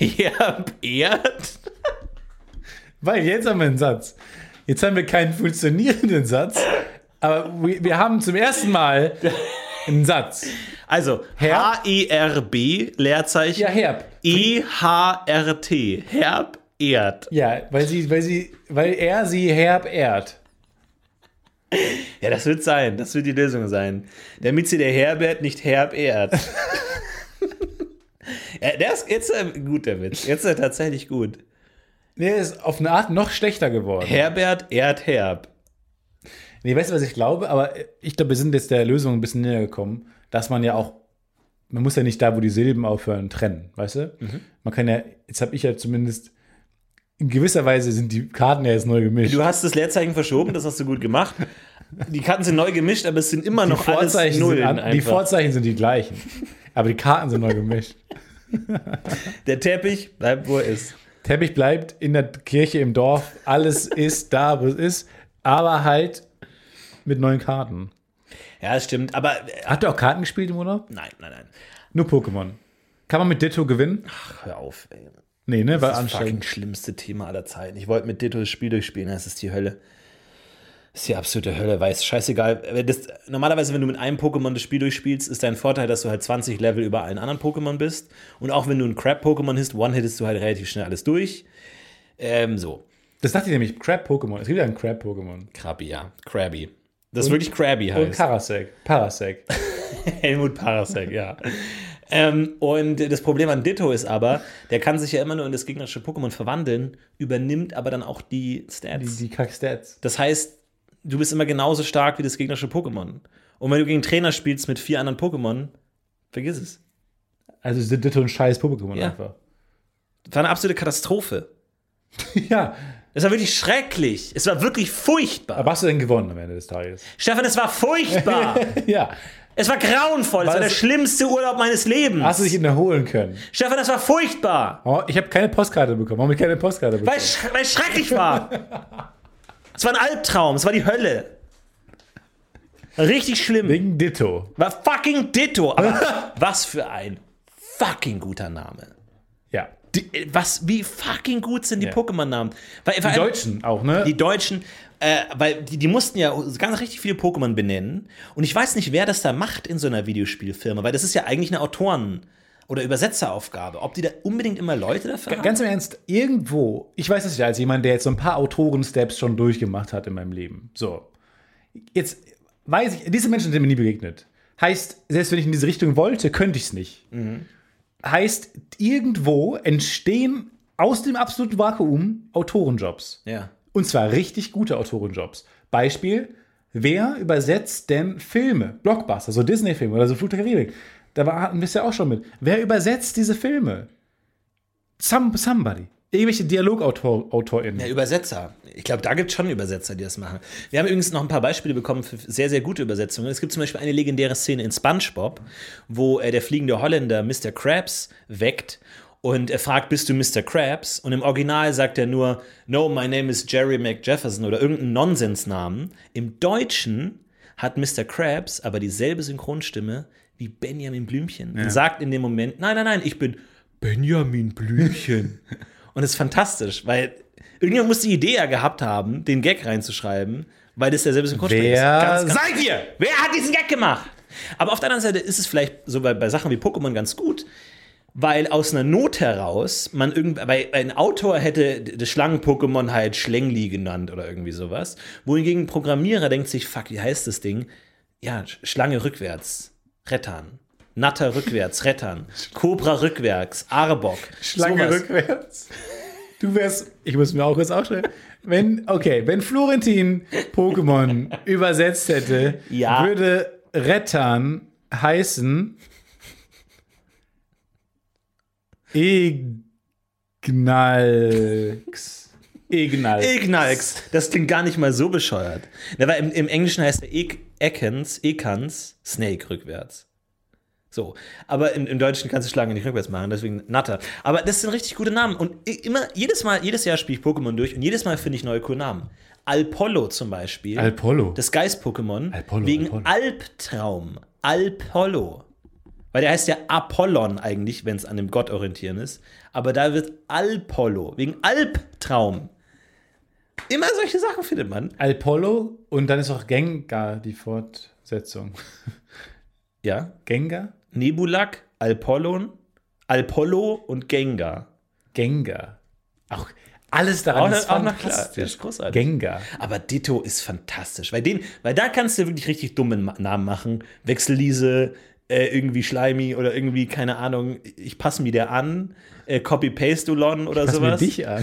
herb-erd. Weil jetzt haben wir einen Satz. Jetzt haben wir keinen funktionierenden Satz, aber wir, wir haben zum ersten Mal einen Satz. Also, Herb? H E R B, Leerzeichen, Ja, Herb. E H R T, herb-erd. Ja, weil sie, weil sie, weil er sie Herbert. Ja, das wird sein, das wird die Lösung sein. Damit sie der Herbert nicht herb-erd. Ja, der ist jetzt äh, gut, der Witz. Jetzt ist er tatsächlich gut. Der ist auf eine Art noch schlechter geworden. Herbert Erdherb. Nee, weißt du, was ich glaube? Aber ich glaube, wir sind jetzt der Lösung ein bisschen näher gekommen, dass man ja auch, man muss ja nicht da, wo die Silben aufhören, trennen, weißt du? Mhm. Man kann ja, jetzt habe ich ja zumindest, in gewisser Weise sind die Karten ja jetzt neu gemischt. Du hast das Leerzeichen verschoben, das hast du gut gemacht. Die Karten sind neu gemischt, aber es sind immer noch die alles Nullen. An, die Vorzeichen sind die gleichen, aber die Karten sind neu gemischt. Der Teppich bleibt, wo er ist. Teppich bleibt in der Kirche im Dorf, alles ist da, wo es ist, aber halt mit neuen Karten. Ja, das stimmt, aber... Hat er auch Karten gespielt im Urlaub? Nein, nein, nein. Nur Pokémon. Kann man mit Ditto gewinnen? Ach, hör auf, ey. Nee, ne, war das ist das anstrengend. fucking schlimmste Thema aller Zeiten. Ich wollte mit Ditto das Spiel durchspielen, das ist die Hölle. Das ist die absolute Hölle, weiß, scheißegal. Das, normalerweise, wenn du mit einem Pokémon das Spiel durchspielst, ist dein Vorteil, dass du halt zwanzig Level über allen anderen Pokémon bist. Und auch wenn du ein Crab-Pokémon hast, one-hittest du halt relativ schnell alles durch. Ähm, so. Das dachte ich nämlich, Crab-Pokémon. Es gibt ja ein Crab-Pokémon. Krabby, ja. Crabby. Das und, wirklich Crabby heißt. Und Karasek. Parasek. Helmut Parasek, ja. ähm, und das Problem an Ditto ist aber, der kann sich ja immer nur in das gegnerische Pokémon verwandeln, übernimmt aber dann auch die Stats. Die, die Kack-Stats. Das heißt, du bist immer genauso stark wie das gegnerische Pokémon. Und wenn du gegen Trainer spielst mit vier anderen Pokémon, vergiss es. Also ist Ditto ein scheiß Pokémon ja. einfach. Das war eine absolute Katastrophe. Ja. Es war wirklich schrecklich. Es war wirklich furchtbar. Aber hast du denn gewonnen am Ende des Tages? Stefan, es war furchtbar. Ja. Es war grauenvoll. Es war der schlimmste Urlaub meines Lebens. Hast du dich erholen können? Stefan, das war furchtbar. Oh, ich habe keine Postkarte bekommen. Warum habe ich keine Postkarte bekommen? Weil es sch- weil es schrecklich war. Es war ein Albtraum. Es war die Hölle. Richtig schlimm. Wegen Ditto. War fucking Ditto. Aber was für ein fucking guter Name. Ja. Die, was, wie fucking gut sind die ja. Pokémon-Namen. Weil, die Deutschen auch, ne? Die Deutschen, äh, weil die, die mussten ja ganz richtig viele Pokémon benennen. Und ich weiß nicht, wer das da macht in so einer Videospielfirma, weil das ist ja eigentlich eine Autoren- oder Übersetzeraufgabe. Ob die da unbedingt immer Leute dafür haben? Ganz im Ernst, irgendwo, ich weiß es ja als jemand, der jetzt so ein paar Autoren-Steps schon durchgemacht hat in meinem Leben. So. Jetzt weiß ich, diese Menschen sind mir nie begegnet. Heißt, selbst wenn ich in diese Richtung wollte, könnte ich es nicht. Mhm. Heißt, irgendwo entstehen aus dem absoluten Vakuum Autorenjobs. Ja. Und zwar richtig gute Autorenjobs. Beispiel, wer übersetzt denn Filme? Blockbuster, so Disney-Filme oder so Fluch der Karibik. Da hatten wir es ja auch schon mit. Wer übersetzt diese Filme? Some, somebody. Irgendwelche DialogautorInnen. Ja, Übersetzer. Ich glaube, da gibt es schon Übersetzer, die das machen. Wir haben übrigens noch ein paar Beispiele bekommen für sehr, sehr gute Übersetzungen. Es gibt zum Beispiel eine legendäre Szene in SpongeBob, wo äh, der fliegende Holländer Mister Krabs weckt und er fragt, bist du Mister Krabs? Und im Original sagt er nur, no, my name is Jerry McJefferson oder irgendeinen Nonsensnamen. Im Deutschen hat Mister Krabs aber dieselbe Synchronstimme wie Benjamin Blümchen. Ja. Und sagt in dem Moment, nein, nein, nein, ich bin Benjamin Blümchen. Und das ist fantastisch, weil irgendjemand muss die Idee ja gehabt haben, den Gag reinzuschreiben, weil das derselbe Synchronsprecher ist. Ganz, ganz Seid ihr? Wer hat diesen Gag gemacht? Aber auf der anderen Seite ist es vielleicht so bei, bei Sachen wie Pokémon ganz gut, weil aus einer Not heraus man irgendwie, weil ein Autor hätte das Schlangen-Pokémon halt Schlängli genannt oder irgendwie sowas, wohingegen ein Programmierer denkt sich, fuck, wie heißt das Ding? Ja, Schlange rückwärts, Rettern. Natter rückwärts, Rettern. Cobra rückwärts, Arbok. Schlange sowas. Rückwärts. Du wärst, ich muss mir auch kurz aufschreiben, wenn, okay, wenn Florentin Pokémon übersetzt hätte, ja. würde Rettern heißen Ignalx. Ignalx. Ignalx. Das klingt gar nicht mal so bescheuert. Aber im, im Englischen heißt er Ekans, Ekans, Snake rückwärts. So, aber im, im Deutschen kannst du Schlange nicht rückwärts machen, deswegen Natter. Aber das sind richtig gute Namen und immer, jedes Mal, jedes Jahr spiele ich Pokémon durch und jedes Mal finde ich neue coole Namen. Alpollo zum Beispiel. Alpollo. Das Geist-Pokémon. Alpollo, wegen Alpollo. Albtraum. Alpollo. Weil der heißt ja Apollon eigentlich, wenn es an dem Gott orientieren ist. Aber da wird Alpollo, wegen Albtraum. Immer solche Sachen findet man. Alpollo und dann ist auch Gengar die Fortsetzung. Ja. Gengar? Nebulak, Alpollon, Alpollo und Gengar. Gengar. Auch alles daran auch, ist auch fantastisch. Noch klar. Das ist großartig. Gengar. Aber Ditto ist fantastisch, weil, den, weil da kannst du wirklich richtig dumme Namen machen. Wechselliese, äh, irgendwie Schleimi oder irgendwie, keine Ahnung, ich passe mir dir an, äh, Copy-Paste-Dulon oder Pass sowas. mir dich an.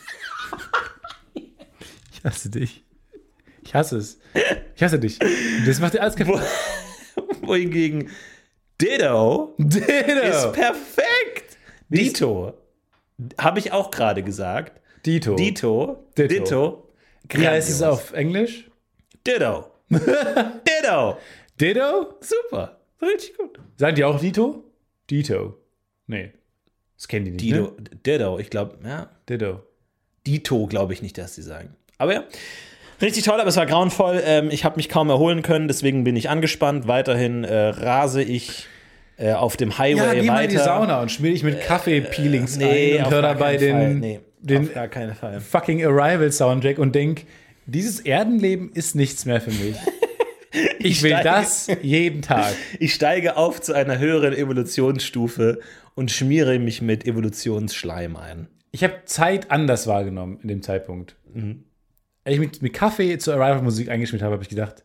Ich hasse dich. Ich hasse es. Ich hasse dich. Das macht dir alles kaputt. Wo, wohingegen Ditto, Ditto. ist perfekt. Dito. Habe ich auch gerade gesagt. Dito. Dito. Ditto. Ditto. Wie heißt es Grandios. auf Englisch? Ditto. Ditto. Ditto? Super. Richtig gut. Sagen die auch Dito? Dito. Nee. Das kennen die nicht, Dito. ne? Ditto. Ich glaube, ja. Ditto. Dito, glaube ich nicht, dass sie sagen. Aber ja. Richtig toll, aber es war grauenvoll. Ähm, ich habe mich kaum erholen können, deswegen bin ich angespannt. Weiterhin äh, rase ich äh, auf dem Highway Ja, geh weiter. mal in die Sauna und schmier dich mit Kaffee-Peelings Nee, ein und auf hör gar dabei keinen Fall. den, Nee, den auf gar keinen Fall. fucking Arrival-Soundtrack und denk, dieses Erdenleben ist nichts mehr für mich. Ich will steige- das jeden Tag. Ich steige auf zu einer höheren Evolutionsstufe und schmiere mich mit Evolutionsschleim ein. Ich habe Zeit anders wahrgenommen in dem Zeitpunkt. Mhm. Als ich mit, mit Kaffee zur Arrival-Musik eingeschmiert habe, habe ich gedacht,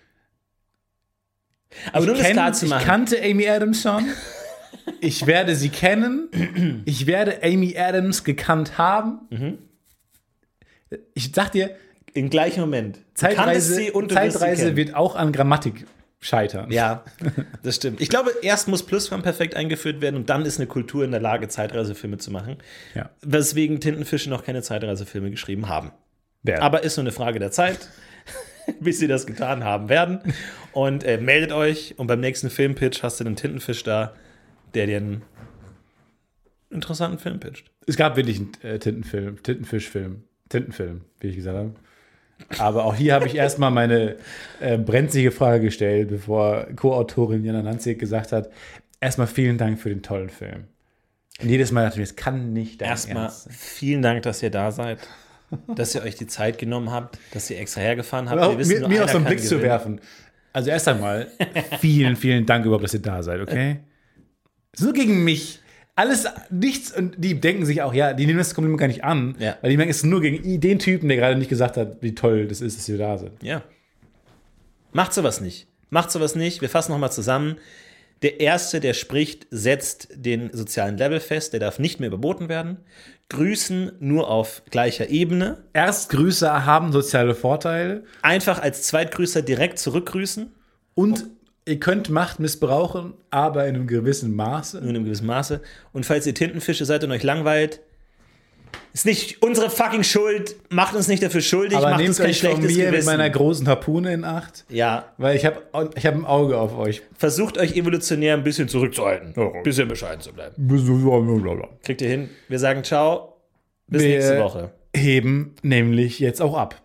Aber nur um ich, das kenn, klar zu ich machen. kannte Amy Adams schon. Ich werde sie kennen. Ich werde Amy Adams gekannt haben. Mhm. Ich sag dir, Im gleichen Moment. Du kanntest Zeitreise, sie und du wirst sie Zeitreise kennen. wird auch an Grammatik scheitern. Ja, das stimmt. Ich glaube, erst muss Plusquam perfekt eingeführt werden und dann ist eine Kultur in der Lage, Zeitreisefilme zu machen. Ja. Weswegen Tintenfische noch keine Zeitreisefilme geschrieben haben. Wer? Aber ist nur eine Frage der Zeit, bis sie das getan haben werden. Und äh, meldet euch und beim nächsten Filmpitch hast du einen Tintenfisch da, der dir einen interessanten Film pitcht. Es gab wirklich einen äh, Tintenfilm, Tintenfischfilm, Tintenfilm, wie ich gesagt habe. Aber auch hier habe ich erstmal meine äh, brenzlige Frage gestellt, bevor Co-Autorin Jana Nanzig gesagt hat, erstmal vielen Dank für den tollen Film. Und jedes Mal dachte ich mir, es kann nicht dein Erstmal Ernst sein. vielen Dank, dass ihr da seid, dass ihr euch die Zeit genommen habt, dass ihr extra hergefahren habt. Aber Wir auch, wissen, mir nur mir einer auch so einen kann Blick zu gewinnen. werfen. Also erst einmal, vielen, vielen Dank überhaupt, dass ihr da seid, okay? Es ist nur gegen mich. Alles, nichts, und die denken sich auch, ja, die nehmen das Kompliment gar nicht an, Ja. weil die merken, es ist nur gegen den Typen, der gerade nicht gesagt hat, wie toll das ist, dass wir da sind. Ja. Macht sowas nicht. Macht sowas nicht. Wir fassen nochmal zusammen. Der Erste, der spricht, setzt den sozialen Level fest. Der darf nicht mehr überboten werden. Grüßen nur auf gleicher Ebene. Erstgrüßer haben soziale Vorteile Einfach als Zweitgrüßer direkt zurückgrüßen. und ihr könnt Macht missbrauchen, aber in einem gewissen Maße. Nur in einem gewissen Maße. Und falls ihr Tintenfische seid und euch langweilt, ist nicht unsere fucking Schuld. Macht uns nicht dafür schuldig. Aber macht nehmt uns kein euch von schlechtes mir mit Gewissen. meiner großen Harpune in Acht, Ja, weil ich habe ich hab ein Auge auf euch. versucht euch evolutionär ein bisschen zurückzuhalten. Ein bisschen bescheiden zu bleiben. Kriegt ihr hin. Wir sagen ciao. Bis Wir nächste Woche. heben nämlich jetzt auch ab.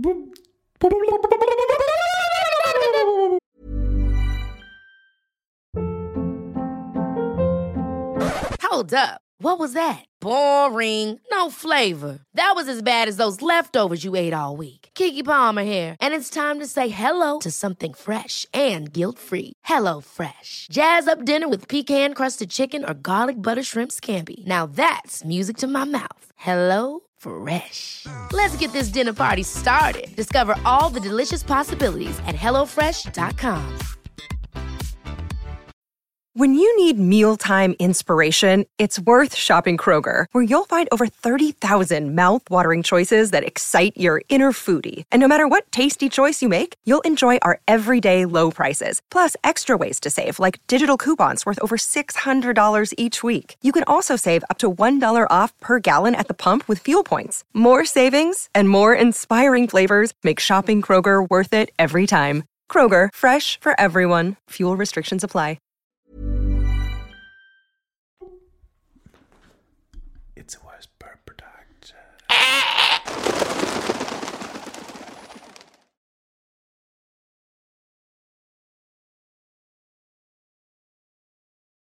Hold up. What was that? Boring. No flavor. That was as bad as those leftovers you ate all week. Keke Palmer here, and it's time to say hello to something fresh and guilt-free. Hello Fresh. Jazz up dinner with pecan-crusted chicken or garlic butter shrimp scampi. Now that's music to my mouth. Hello Fresh. Let's get this dinner party started. Discover all the delicious possibilities at hello fresh dot com. When you need mealtime inspiration, it's worth shopping Kroger, where you'll find over thirty thousand mouthwatering choices that excite your inner foodie. And no matter what tasty choice you make, you'll enjoy our everyday low prices, plus extra ways to save, like digital coupons worth over six hundred dollars each week. You can also save up to one dollar off per gallon at the pump with fuel points. More savings and more inspiring flavors make shopping Kroger worth it every time. Kroger, fresh for everyone. Fuel restrictions apply. It's a Whisper Production.